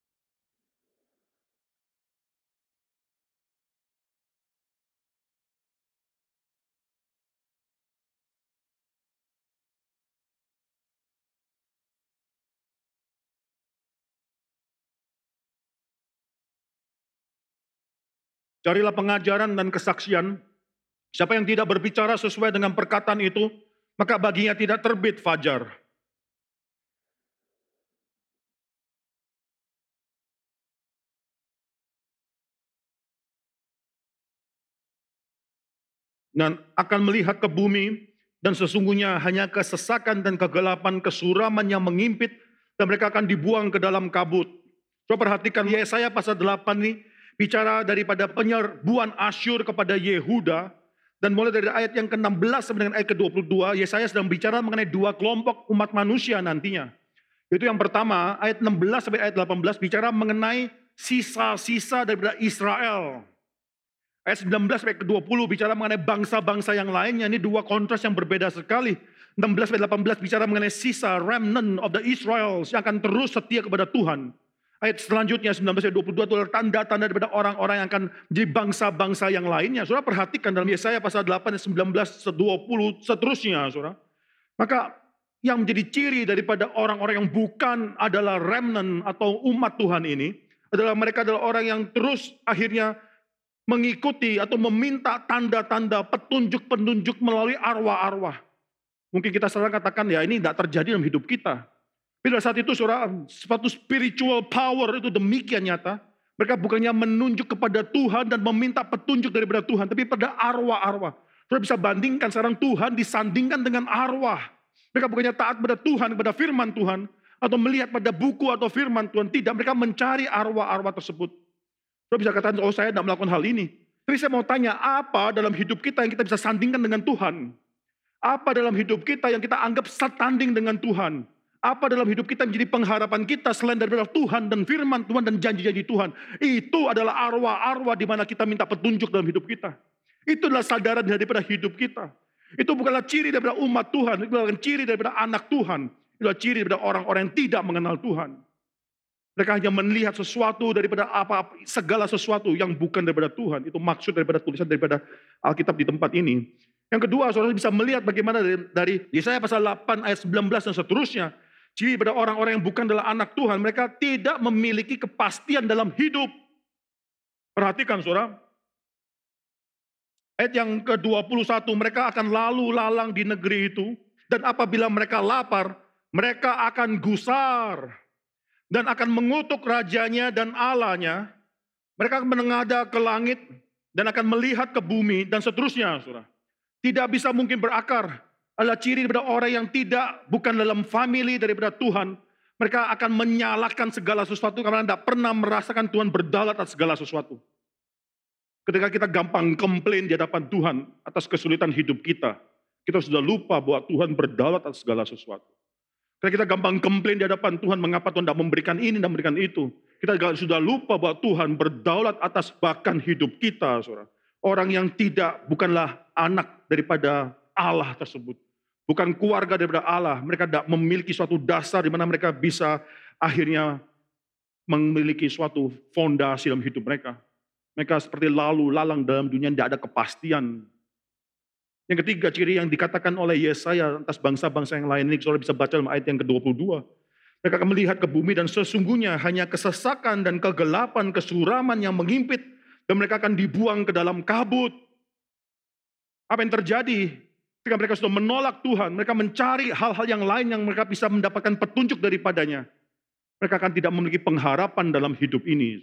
Carilah pengajaran dan kesaksian. Siapa yang tidak berbicara sesuai dengan perkataan itu, maka baginya tidak terbit fajar. Dan akan melihat ke bumi, dan sesungguhnya hanya kesesakan dan kegelapan, kesuraman yang mengimpit, dan mereka akan dibuang ke dalam kabut. Coba perhatikan Yesaya pasal delapan ini, bicara daripada penyerbuan Asyur kepada Yehuda, dan mulai dari ayat yang ke enam belas sampai dengan ayat ke dua puluh dua, Yesaya sedang bicara mengenai dua kelompok umat manusia nantinya. Itu yang pertama, ayat enam belas sampai ayat delapan belas, bicara mengenai sisa-sisa daripada Israel. Ayat sembilan belas sampai ke dua puluh bicara mengenai bangsa-bangsa yang lainnya. Ini dua kontras yang berbeda sekali. enam belas sampai delapan belas bicara mengenai sisa, remnant of the Israels yang akan terus setia kepada Tuhan. Ayat selanjutnya sembilan belas sampai dua puluh dua itu adalah tanda-tanda daripada orang-orang yang akan menjadi bangsa-bangsa yang lainnya. Saudara perhatikan dalam Yesaya pasal delapan, sembilan belas, dua puluh, seterusnya. Saudara. Maka yang menjadi ciri daripada orang-orang yang bukan adalah remnant atau umat Tuhan ini, adalah mereka adalah orang yang terus akhirnya mengikuti atau meminta tanda-tanda petunjuk-petunjuk melalui arwah-arwah. Mungkin kita sering katakan, ya ini tidak terjadi dalam hidup kita. Pada saat itu saudara, suatu spiritual power itu demikian nyata. Mereka bukannya menunjuk kepada Tuhan dan meminta petunjuk daripada Tuhan, tapi pada arwah-arwah. Saudara bisa bandingkan sekarang Tuhan disandingkan dengan arwah. Mereka bukannya taat pada Tuhan, pada firman Tuhan, atau melihat pada buku atau firman Tuhan. Tidak, mereka mencari arwah-arwah tersebut. Saudara bisa katakan, oh saya tidak melakukan hal ini. Tapi saya mau tanya, apa dalam hidup kita yang kita bisa sandingkan dengan Tuhan? Apa dalam hidup kita yang kita anggap setanding dengan Tuhan? Apa dalam hidup kita yang menjadi pengharapan kita selain daripada Tuhan dan firman Tuhan dan janji-janji Tuhan? Itu adalah arwah-arwah di mana kita minta petunjuk dalam hidup kita. Itu adalah sadaran daripada hidup kita. Itu bukanlah ciri daripada umat Tuhan, itu bukan ciri daripada anak Tuhan. Itu adalah ciri daripada orang-orang yang tidak mengenal Tuhan. Mereka hanya melihat sesuatu daripada apa, segala sesuatu yang bukan daripada Tuhan. Itu maksud daripada tulisan daripada Alkitab di tempat ini. Yang kedua, saudara bisa melihat bagaimana dari, dari Yesaya pasal delapan ayat sembilan belas dan seterusnya. Ciri pada orang-orang yang bukan adalah anak Tuhan, mereka tidak memiliki kepastian dalam hidup. Perhatikan saudara, ayat yang ke dua puluh satu, mereka akan lalu lalang di negeri itu, dan apabila mereka lapar, mereka akan gusar, dan akan mengutuk rajanya dan Allahnya. Mereka akan menengadah ke langit, dan akan melihat ke bumi, dan seterusnya saudara. Tidak bisa mungkin berakar, adalah ciri daripada orang yang tidak, bukan dalam family daripada Tuhan. Mereka akan menyalahkan segala sesuatu, karena tidak pernah merasakan Tuhan berdaulat atas segala sesuatu. Ketika kita gampang komplain di hadapan Tuhan atas kesulitan hidup kita, kita sudah lupa bahwa Tuhan berdaulat atas segala sesuatu. Ketika kita gampang komplain di hadapan Tuhan, mengapa Tuhan tidak memberikan ini dan memberikan itu, kita sudah lupa bahwa Tuhan berdaulat atas bahkan hidup kita, saudara. Orang yang tidak, bukanlah anak daripada Allah tersebut, bukan keluarga daripada Allah, mereka tidak memiliki suatu dasar di mana mereka bisa akhirnya memiliki suatu fondasi dalam hidup mereka. Mereka seperti lalu lalang dalam dunia, tidak ada kepastian. Yang ketiga, ciri yang dikatakan oleh Yesaya atas bangsa-bangsa yang lain ini, saudara bisa baca dalam ayat yang ke dua puluh dua. Mereka akan melihat ke bumi dan sesungguhnya hanya kesesakan dan kegelapan, kesuraman yang mengimpit, dan mereka akan dibuang ke dalam kabut. Apa yang terjadi ketika mereka sudah menolak Tuhan, mereka mencari hal-hal yang lain yang mereka bisa mendapatkan petunjuk daripadanya. Mereka akan tidak memiliki pengharapan dalam hidup ini.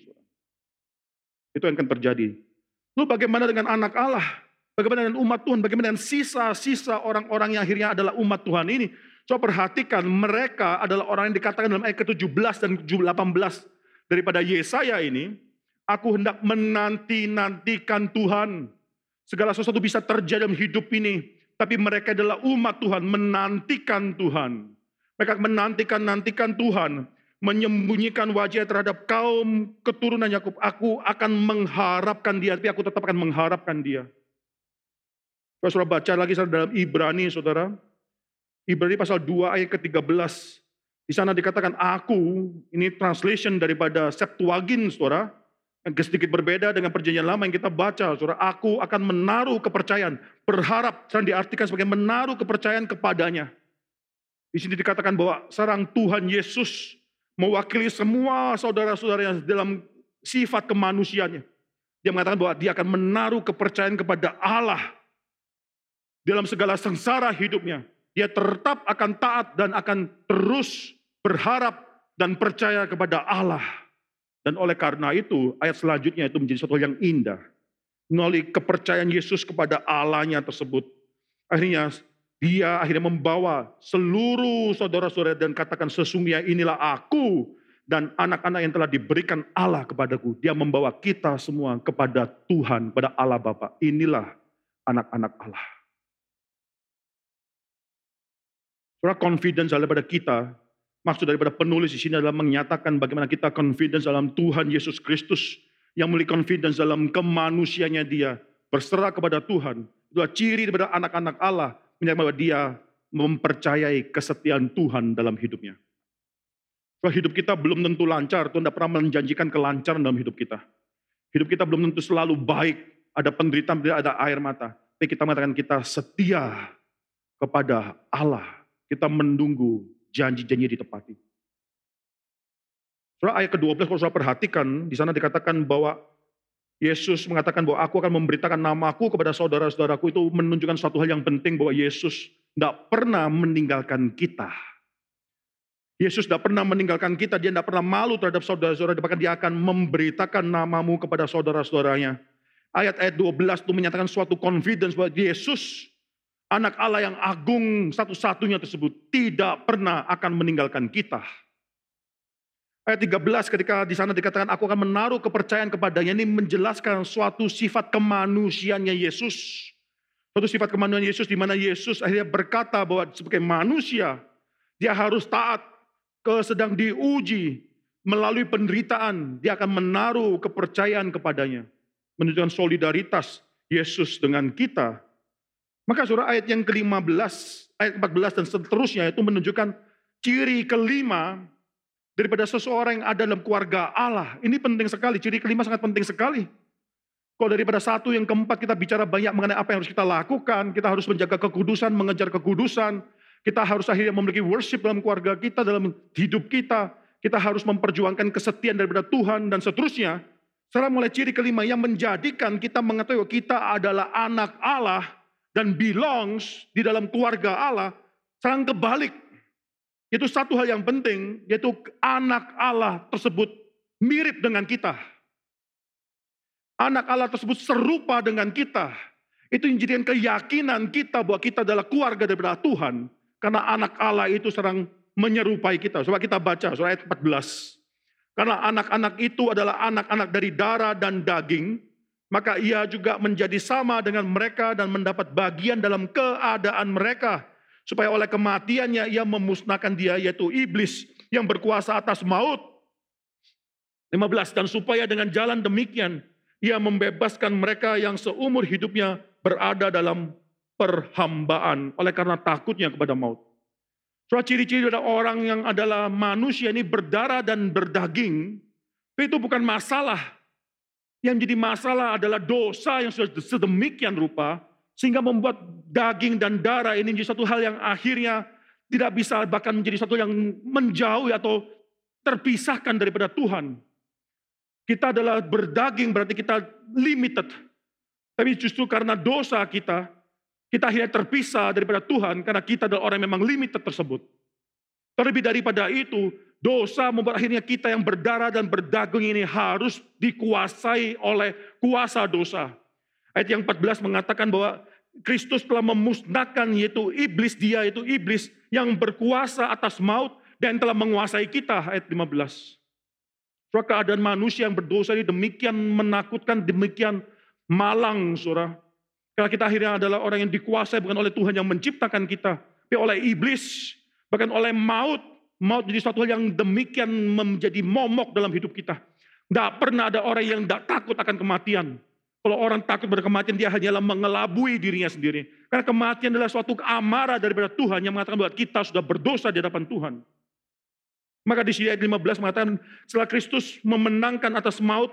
Itu yang akan terjadi. Lalu bagaimana dengan anak Allah? Bagaimana dengan umat Tuhan? Bagaimana dengan sisa-sisa orang-orang yang akhirnya adalah umat Tuhan ini? Coba perhatikan, mereka adalah orang yang dikatakan dalam ayat ke tujuh belas dan ke delapan belas daripada Yesaya ini. Aku hendak menanti-nantikan Tuhan. Segala sesuatu bisa terjadi dalam hidup ini. Tapi mereka adalah umat Tuhan, menantikan Tuhan. Mereka menantikan-nantikan Tuhan. Menyembunyikan wajah terhadap kaum keturunan Yakub. Aku akan mengharapkan dia, tapi aku tetap akan mengharapkan dia. Saudara baca lagi dalam Ibrani, saudara. Ibrani pasal dua ayat ke tiga belas. Di sana dikatakan aku, ini translation daripada Septuagint, saudara. Yang sedikit berbeda dengan perjanjian lama yang kita baca, saudara. Aku akan menaruh kepercayaan, berharap, dan diartikan sebagai menaruh kepercayaan kepadanya. Di sini dikatakan bahwa sarang Tuhan Yesus mewakili semua saudara-saudara yang dalam sifat kemanusiaannya. Dia mengatakan bahwa dia akan menaruh kepercayaan kepada Allah dalam segala sengsara hidupnya. Dia tetap akan taat dan akan terus berharap dan percaya kepada Allah. Dan oleh karena itu, ayat selanjutnya itu menjadi sesuatu yang indah. Melalui kepercayaan Yesus kepada Allahnya tersebut, akhirnya dia akhirnya membawa seluruh saudara-saudara dan katakan sesungguhnya inilah aku dan anak-anak yang telah diberikan Allah kepadaku. Dia membawa kita semua kepada Tuhan, kepada Allah Bapa. Inilah anak-anak Allah. Saudara, confidence daripada kita, maksud daripada penulis di sini adalah menyatakan bagaimana kita confidence dalam Tuhan Yesus Kristus, yang memiliki confidence dalam kemanusiaannya dia, berserah kepada Tuhan. Itulah ciri daripada anak-anak Allah, menyatakan bahwa dia mempercayai kesetiaan Tuhan dalam hidupnya. Kalau hidup kita belum tentu lancar, Tuhan tidak pernah menjanjikan kelancaran dalam hidup kita. Hidup kita belum tentu selalu baik, ada penderitaan, ada air mata. Tapi kita mengatakan kita setia kepada Allah. Kita menunggu janji-janji ditepati. Saudara, ayat ke dua belas kalau saudara perhatikan, di sana dikatakan bahwa Yesus mengatakan bahwa aku akan memberitakan namaku kepada saudara-saudaraku. Itu menunjukkan suatu hal yang penting bahwa Yesus tidak pernah meninggalkan kita. Yesus tidak pernah meninggalkan kita, dia tidak pernah malu terhadap saudara-saudara, bahkan dia akan memberitakan namamu kepada saudara-saudaranya. Ayat-ayat dua belas itu menyatakan suatu confidence bahwa Yesus, anak Allah yang agung satu-satunya tersebut, tidak pernah akan meninggalkan kita. Ayat tiga belas ketika di sana dikatakan aku akan menaruh kepercayaan kepadanya, ini menjelaskan suatu sifat kemanusiaannya Yesus. Suatu sifat kemanusiaan Yesus di mana Yesus akhirnya berkata bahwa sebagai manusia dia harus taat, ke sedang diuji melalui penderitaan, dia akan menaruh kepercayaan kepadanya. Menunjukkan solidaritas Yesus dengan kita. Maka surah ayat yang ke lima belas, ayat empat belas dan seterusnya itu menunjukkan ciri kelima daripada seseorang yang ada dalam keluarga Allah. Ini penting sekali, ciri kelima sangat penting sekali. Kalau daripada satu yang keempat kita bicara banyak mengenai apa yang harus kita lakukan, kita harus menjaga kekudusan, mengejar kekudusan, kita harus akhirnya memiliki worship dalam keluarga kita, dalam hidup kita, kita harus memperjuangkan kesetiaan daripada Tuhan dan seterusnya. Sekarang mulai ciri kelima yang menjadikan kita mengetahui bahwa kita adalah anak Allah dan belongs di dalam keluarga Allah. Sekarang kebalik. Itu satu hal yang penting, yaitu anak Allah tersebut mirip dengan kita. Anak Allah tersebut serupa dengan kita. Itu yang jadikan keyakinan kita bahwa kita adalah keluarga daripada Tuhan. Karena anak Allah itu sedang menyerupai kita. Coba kita baca surah ayat empat belas. Karena anak-anak itu adalah anak-anak dari darah dan daging, maka ia juga menjadi sama dengan mereka dan mendapat bagian dalam keadaan mereka. Supaya oleh kematiannya ia memusnahkan dia, yaitu iblis yang berkuasa atas maut. lima belas. Dan supaya dengan jalan demikian, ia membebaskan mereka yang seumur hidupnya berada dalam perhambaan oleh karena takutnya kepada maut. Soal ciri-ciri dari orang yang adalah manusia ini berdarah dan berdaging, itu bukan masalah. Yang jadi masalah adalah dosa yang sudah sedemikian rupa, sehingga membuat daging dan darah ini menjadi satu hal yang akhirnya tidak bisa bahkan menjadi satu yang menjauh atau terpisahkan daripada Tuhan. Kita adalah berdaging berarti kita limited. Tapi justru karena dosa kita, kita akhirnya terpisah daripada Tuhan karena kita adalah orang yang memang limited tersebut. Terlebih daripada itu, dosa membuat akhirnya kita yang berdarah dan berdaging ini harus dikuasai oleh kuasa dosa. Ayat yang empat belas mengatakan bahwa Kristus telah memusnahkan yaitu iblis, dia itu iblis yang berkuasa atas maut dan telah menguasai kita. Ayat lima belas. Soal keadaan manusia yang berdosa ini demikian menakutkan, demikian malang, saudara. Karena kita akhirnya adalah orang yang dikuasai bukan oleh Tuhan yang menciptakan kita, tapi oleh iblis, bahkan oleh maut. Maut jadi suatu hal yang demikian menjadi momok dalam hidup kita. Tidak pernah ada orang yang tidak takut akan kematian. Kalau orang takut pada kematian, dia hanyalah mengelabui dirinya sendiri. Karena kematian adalah suatu amarah daripada Tuhan yang mengatakan bahwa kita sudah berdosa di hadapan Tuhan. Maka di sini ayat lima belas mengatakan, setelah Kristus memenangkan atas maut,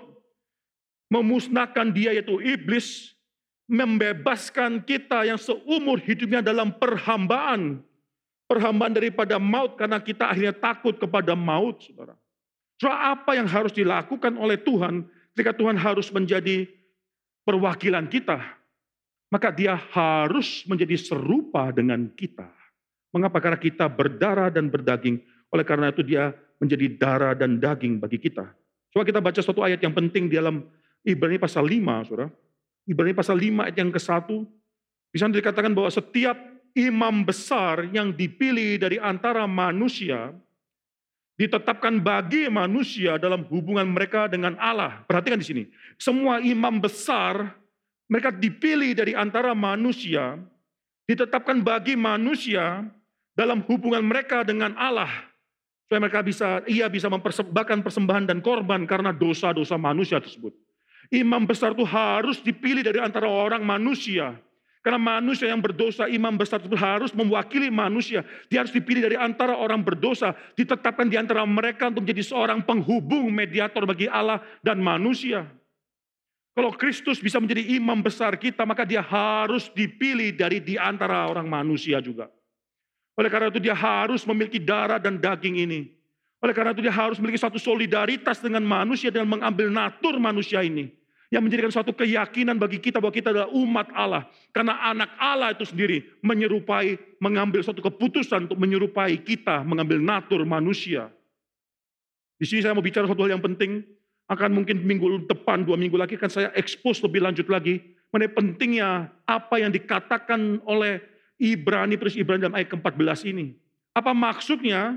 memusnahkan dia yaitu iblis, membebaskan kita yang seumur hidupnya dalam perhambaan. Perhambaan daripada maut karena kita akhirnya takut kepada maut, saudara. Soal apa yang harus dilakukan oleh Tuhan ketika Tuhan harus menjadi perwakilan kita? Maka dia harus menjadi serupa dengan kita. Mengapa? Karena kita berdarah dan berdaging. Oleh karena itu dia menjadi darah dan daging bagi kita. Coba kita baca suatu ayat yang penting di dalam Ibrani pasal lima, saudara. Ibrani pasal lima ayat yang ke satu. Di sana dikatakan bahwa setiap imam besar yang dipilih dari antara manusia ditetapkan bagi manusia dalam hubungan mereka dengan Allah. Perhatikan di sini. Semua imam besar mereka dipilih dari antara manusia, ditetapkan bagi manusia dalam hubungan mereka dengan Allah. Supaya mereka bisa, ia bisa mempersembahkan persembahan dan korban karena dosa-dosa manusia tersebut. Imam besar itu harus dipilih dari antara orang manusia. Karena manusia yang berdosa, imam besar tersebut harus mewakili manusia. Dia harus dipilih dari antara orang berdosa, ditetapkan di antara mereka untuk menjadi seorang penghubung mediator bagi Allah dan manusia. Kalau Kristus bisa menjadi imam besar kita, maka dia harus dipilih dari di antara orang manusia juga. Oleh karena itu dia harus memiliki darah dan daging ini. Oleh karena itu dia harus memiliki satu solidaritas dengan manusia dan mengambil natur manusia ini. Yang menjadikan suatu keyakinan bagi kita bahwa kita adalah umat Allah. Karena anak Allah itu sendiri menyerupai, mengambil suatu keputusan untuk menyerupai kita, mengambil natur manusia. Di sini saya mau bicara suatu hal yang penting. Akan mungkin minggu depan, dua minggu lagi akan saya expose lebih lanjut lagi. Mengenai pentingnya apa yang dikatakan oleh Ibrani, terus Ibrani dalam ayat ke empat belas ini. Apa maksudnya?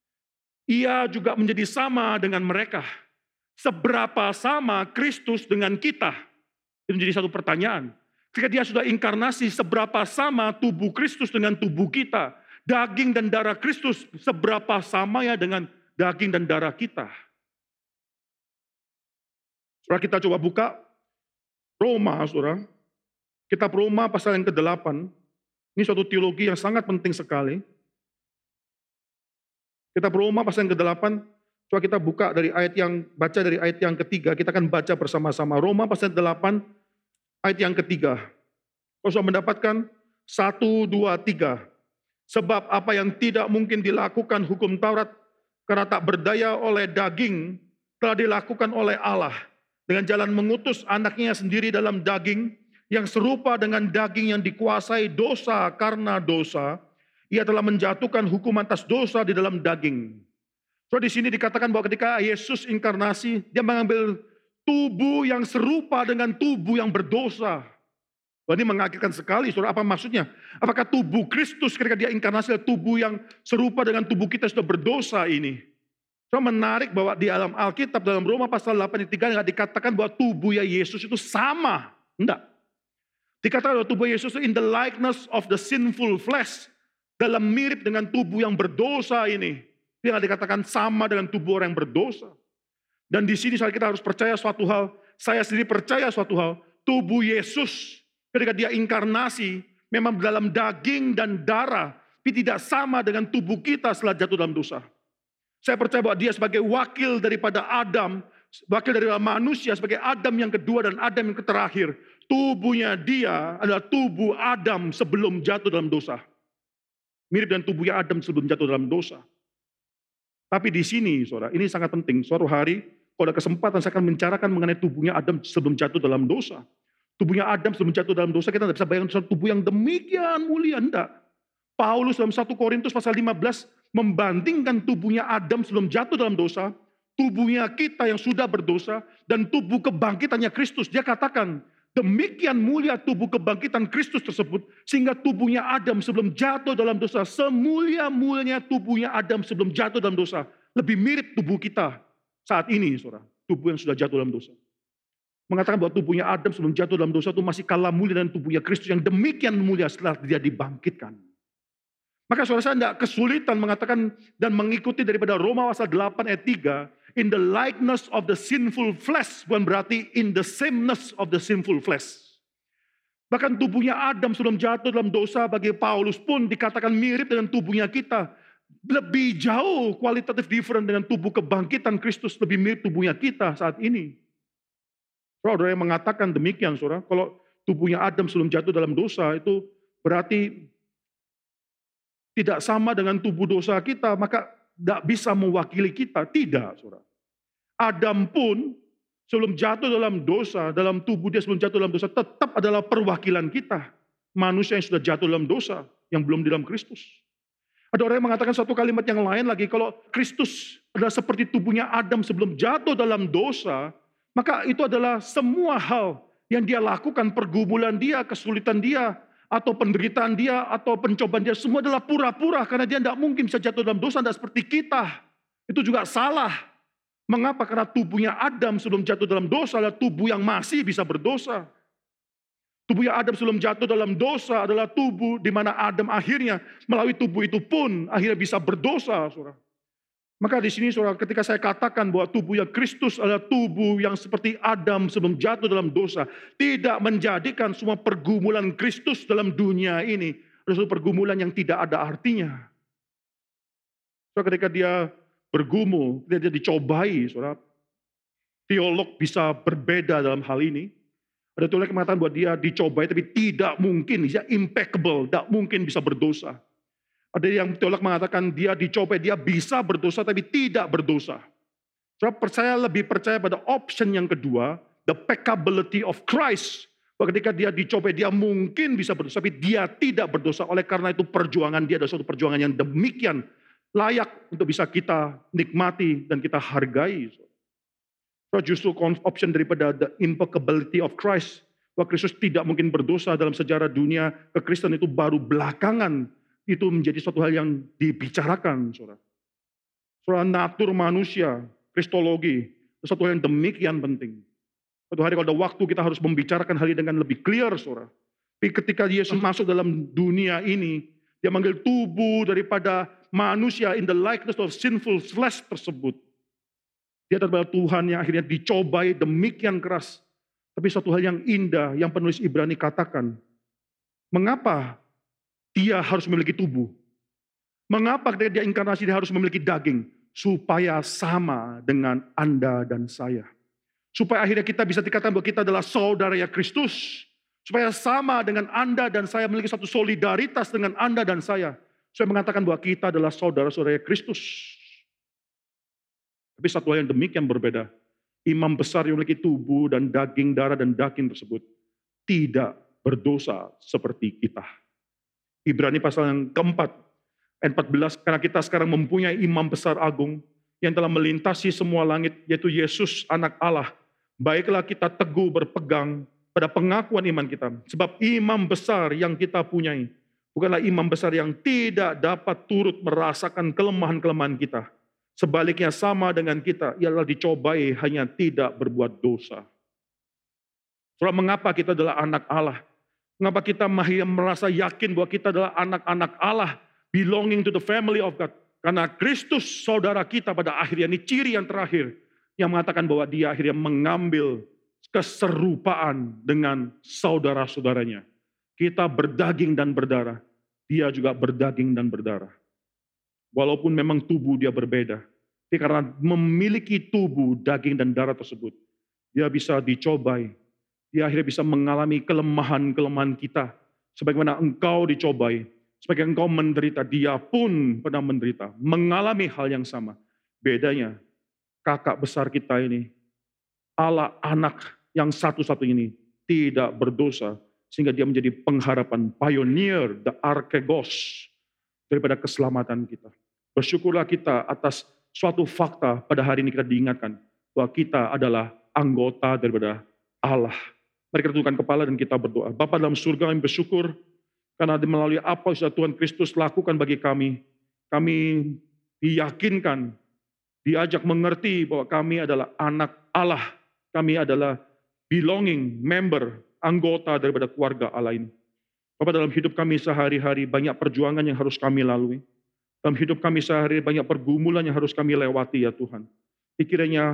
Ia juga menjadi sama dengan mereka. Seberapa sama Kristus dengan kita? Itu menjadi satu pertanyaan. Ketika dia sudah inkarnasi, seberapa sama tubuh Kristus dengan tubuh kita? Daging dan darah Kristus, seberapa sama ya dengan daging dan darah kita? Saudara, kita coba buka Roma, saudara. Kitab Roma pasal yang kedelapan. Ini suatu teologi yang sangat penting sekali. Kitab Roma pasal yang kedelapan. Coba kita buka dari ayat yang, baca dari ayat yang ketiga, kita akan baca bersama-sama. Roma pasal delapan, ayat yang ketiga. Kau sudah mendapatkan? Satu, dua, tiga. Sebab apa yang tidak mungkin dilakukan hukum Taurat, karena tak berdaya oleh daging, telah dilakukan oleh Allah. dengan jalan mengutus anaknya sendiri dalam daging, yang serupa dengan daging yang dikuasai dosa karena dosa, ia telah menjatuhkan hukuman atas dosa di dalam daging. So di sini dikatakan bahwa ketika Yesus inkarnasi, dia mengambil tubuh yang serupa dengan tubuh yang berdosa. Wah, ini mengagetkan sekali, saudara. Apa maksudnya? Apakah tubuh Kristus ketika dia inkarnasi adalah tubuh yang serupa dengan tubuh kita yang sudah berdosa ini? So menarik bahwa di dalam Alkitab, dalam Roma pasal delapan ayat tiga, nggak dikatakan bahwa tubuh ya Yesus itu sama. Enggak. Dikatakan bahwa tubuh Yesus itu in the likeness of the sinful flesh. Dalam mirip dengan tubuh yang berdosa ini. Dia nggak dikatakan sama dengan tubuh orang yang berdosa. Dan di sini saat kita harus percaya suatu hal. Saya sendiri percaya suatu hal. Tubuh Yesus ketika dia inkarnasi memang dalam daging dan darah. Tapi tidak sama dengan tubuh kita setelah jatuh dalam dosa. Saya percaya bahwa dia sebagai wakil daripada Adam. Wakil dari manusia sebagai Adam yang kedua dan Adam yang terakhir. Tubuhnya dia adalah tubuh Adam sebelum jatuh dalam dosa. Mirip dengan tubuhnya Adam sebelum jatuh dalam dosa. Tapi di sini, saudara, ini sangat penting. Suatu hari, kalau ada kesempatan, saya akan menceritakan mengenai tubuhnya Adam sebelum jatuh dalam dosa. Tubuhnya Adam sebelum jatuh dalam dosa, kita tidak bisa bayangkan suatu tubuh yang demikian mulia, enggak. Paulus dalam satu Korintus pasal lima belas membandingkan tubuhnya Adam sebelum jatuh dalam dosa, tubuhnya kita yang sudah berdosa, dan tubuh kebangkitannya Kristus. Dia katakan, demikian mulia tubuh kebangkitan Kristus tersebut, sehingga tubuhnya Adam sebelum jatuh dalam dosa, semulia-mulianya tubuhnya Adam sebelum jatuh dalam dosa, lebih mirip tubuh kita saat ini, saudara, tubuh yang sudah jatuh dalam dosa. Mengatakan bahwa tubuhnya Adam sebelum jatuh dalam dosa itu masih kalah mulia dengan tubuhnya Kristus yang demikian mulia setelah dia dibangkitkan. Maka saudara, saya tidak kesulitan mengatakan dan mengikuti daripada Roma pasal delapan ayat tiga, in the likeness of the sinful flesh, bukan berarti in the sameness of the sinful flesh. Bahkan tubuhnya Adam sebelum jatuh dalam dosa bagi Paulus pun dikatakan mirip dengan tubuhnya kita. Lebih jauh kualitatif different dengan tubuh kebangkitan Kristus, lebih mirip tubuhnya kita saat ini. Saudara yang mengatakan demikian, saudara, kalau tubuhnya Adam sebelum jatuh dalam dosa itu berarti tidak sama dengan tubuh dosa kita, maka tidak bisa mewakili kita. Tidak, saudara. Adam pun sebelum jatuh dalam dosa, dalam tubuh dia sebelum jatuh dalam dosa, tetap adalah perwakilan kita. Manusia yang sudah jatuh dalam dosa, yang belum di dalam Kristus. Ada orang yang mengatakan satu kalimat yang lain lagi, kalau Kristus adalah seperti tubuhnya Adam sebelum jatuh dalam dosa, maka itu adalah semua hal yang dia lakukan, pergumulan dia, kesulitan dia, atau penderitaan dia, atau pencobaan dia, semua adalah pura-pura, karena dia tidak mungkin bisa jatuh dalam dosa, tidak seperti kita. Itu juga salah. Mengapa? Karena tubuhnya Adam sebelum jatuh dalam dosa adalah tubuh yang masih bisa berdosa. Tubuhnya Adam sebelum jatuh dalam dosa adalah tubuh di mana Adam akhirnya melalui tubuh itu pun akhirnya bisa berdosa, saudara. Maka di sini, saudara, ketika saya katakan bahwa tubuhnya Kristus adalah tubuh yang seperti Adam sebelum jatuh dalam dosa, tidak menjadikan semua pergumulan Kristus dalam dunia ini adalah suatu pergumulan yang tidak ada artinya. So, ketika dia bergumul, ketika dia dicobai, saudara, teolog bisa berbeda dalam hal ini. Ada teolog yang mengatakan bahwa dia dicobai tapi tidak mungkin, dia impeccable, tidak mungkin bisa berdosa. Ada yang teolog mengatakan dia dicobai, dia bisa berdosa tapi tidak berdosa. Saya percaya lebih percaya pada option yang kedua, the peccability of Christ. Bahwa ketika dia dicobai, dia mungkin bisa berdosa, tapi dia tidak berdosa. Oleh karena itu perjuangan dia adalah suatu perjuangan yang demikian layak untuk bisa kita nikmati dan kita hargai. So, justru option daripada the impeccability of Christ, bahwa Kristus tidak mungkin berdosa dalam sejarah dunia, kekristenan itu baru belakangan itu menjadi suatu hal yang dibicarakan, saudara. Saudara, natur manusia, kristologi, suatu hal yang demikian penting. Suatu hari kalau ada waktu kita harus membicarakan hal ini dengan lebih clear, saudara. Tapi ketika Yesus masuk dalam dunia ini, dia manggil tubuh daripada manusia in the likeness of sinful flesh tersebut. Dia adalah Tuhan yang akhirnya dicobai demikian keras. Tapi suatu hal yang indah yang penulis Ibrani katakan, mengapa dia harus memiliki tubuh? Mengapa ketika dia inkarnasi dia harus memiliki daging? Supaya sama dengan Anda dan saya. Supaya akhirnya kita bisa dikatakan bahwa kita adalah saudara ya Kristus. Supaya sama dengan Anda dan saya, memiliki satu solidaritas dengan Anda dan saya. Saya mengatakan bahwa kita adalah saudara-saudara Kristus. Tapi satu hal yang demikian berbeda. Imam besar yang memiliki tubuh dan daging, darah dan daging tersebut tidak berdosa seperti kita. Ibrani pasal yang keempat, ayat empat belas, karena kita sekarang mempunyai imam besar agung yang telah melintasi semua langit, yaitu Yesus anak Allah. Baiklah kita teguh berpegang pada pengakuan iman kita. Sebab imam besar yang kita punyai bukanlah imam besar yang tidak dapat turut merasakan kelemahan-kelemahan kita. Sebaliknya sama dengan kita, ialah dicobai hanya tidak berbuat dosa. Saudara, mengapa kita adalah anak Allah? Mengapa kita merasa yakin bahwa kita adalah anak-anak Allah, belonging to the family of God? Karena Kristus saudara kita pada akhirnya, ini ciri yang terakhir, yang mengatakan bahwa dia akhirnya mengambil keserupaan dengan saudara-saudaranya. Kita berdaging dan berdarah, dia juga berdaging dan berdarah. Walaupun memang tubuh dia berbeda, tapi karena memiliki tubuh, daging dan darah tersebut, dia bisa dicobai. Dia akhirnya bisa mengalami kelemahan-kelemahan kita. Sebagaimana engkau dicobai, sebagaimana engkau menderita, dia pun pernah menderita. Mengalami hal yang sama. Bedanya, kakak besar kita ini, Allah anak yang satu-satu ini, tidak berdosa. Sehingga dia menjadi pengharapan, pioneer, the archegos, daripada keselamatan kita. Bersyukurlah kita atas suatu fakta pada hari ini kita diingatkan bahwa kita adalah anggota daripada Allah. Mari kita tundukkan kepala dan kita berdoa. Bapa dalam surga, kami bersyukur karena melalui apa yang sudah Tuhan Kristus lakukan bagi kami, kami diyakinkan, diajak mengerti bahwa kami adalah anak Allah. Kami adalah belonging, member, anggota daripada keluarga Allah ini. Bapak, dalam hidup kami sehari-hari banyak perjuangan yang harus kami lalui. Dalam hidup kami sehari-hari banyak pergumulan yang harus kami lewati ya Tuhan. Kiranya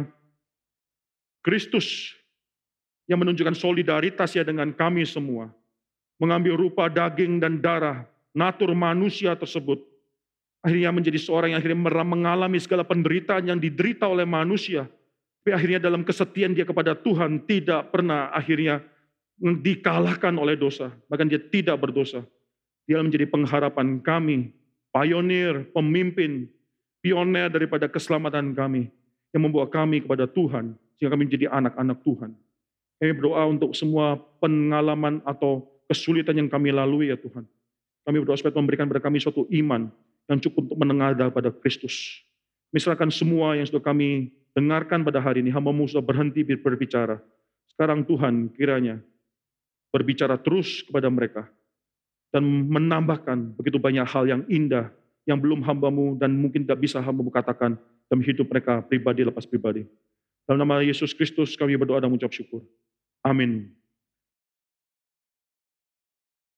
Kristus yang menunjukkan solidaritas ya dengan kami semua, mengambil rupa daging dan darah, natur manusia tersebut, akhirnya menjadi seorang yang akhirnya mengalami segala penderitaan yang diderita oleh manusia, tapi akhirnya dalam kesetiaan dia kepada Tuhan tidak pernah akhirnya dikalahkan oleh dosa, bahkan dia tidak berdosa. Dia menjadi pengharapan kami, pionir, pemimpin, pioner daripada keselamatan kami, yang membawa kami kepada Tuhan, sehingga kami menjadi anak-anak Tuhan. Kami berdoa untuk semua pengalaman atau kesulitan yang kami lalui ya Tuhan. Kami berdoa supaya Tuhan memberikan kepada kami suatu iman yang cukup untuk menengadah pada Kristus. Misalkan semua yang sudah kami dengarkan pada hari ini, hamba-Mu sudah berhenti berbicara. Sekarang Tuhan kiranya berbicara terus kepada mereka dan menambahkan begitu banyak hal yang indah yang belum hamba-Mu dan mungkin tidak bisa hamba-Mu katakan dalam hidup mereka pribadi lepas pribadi. Dalam nama Yesus Kristus kami berdoa dan mengucap syukur. Amin.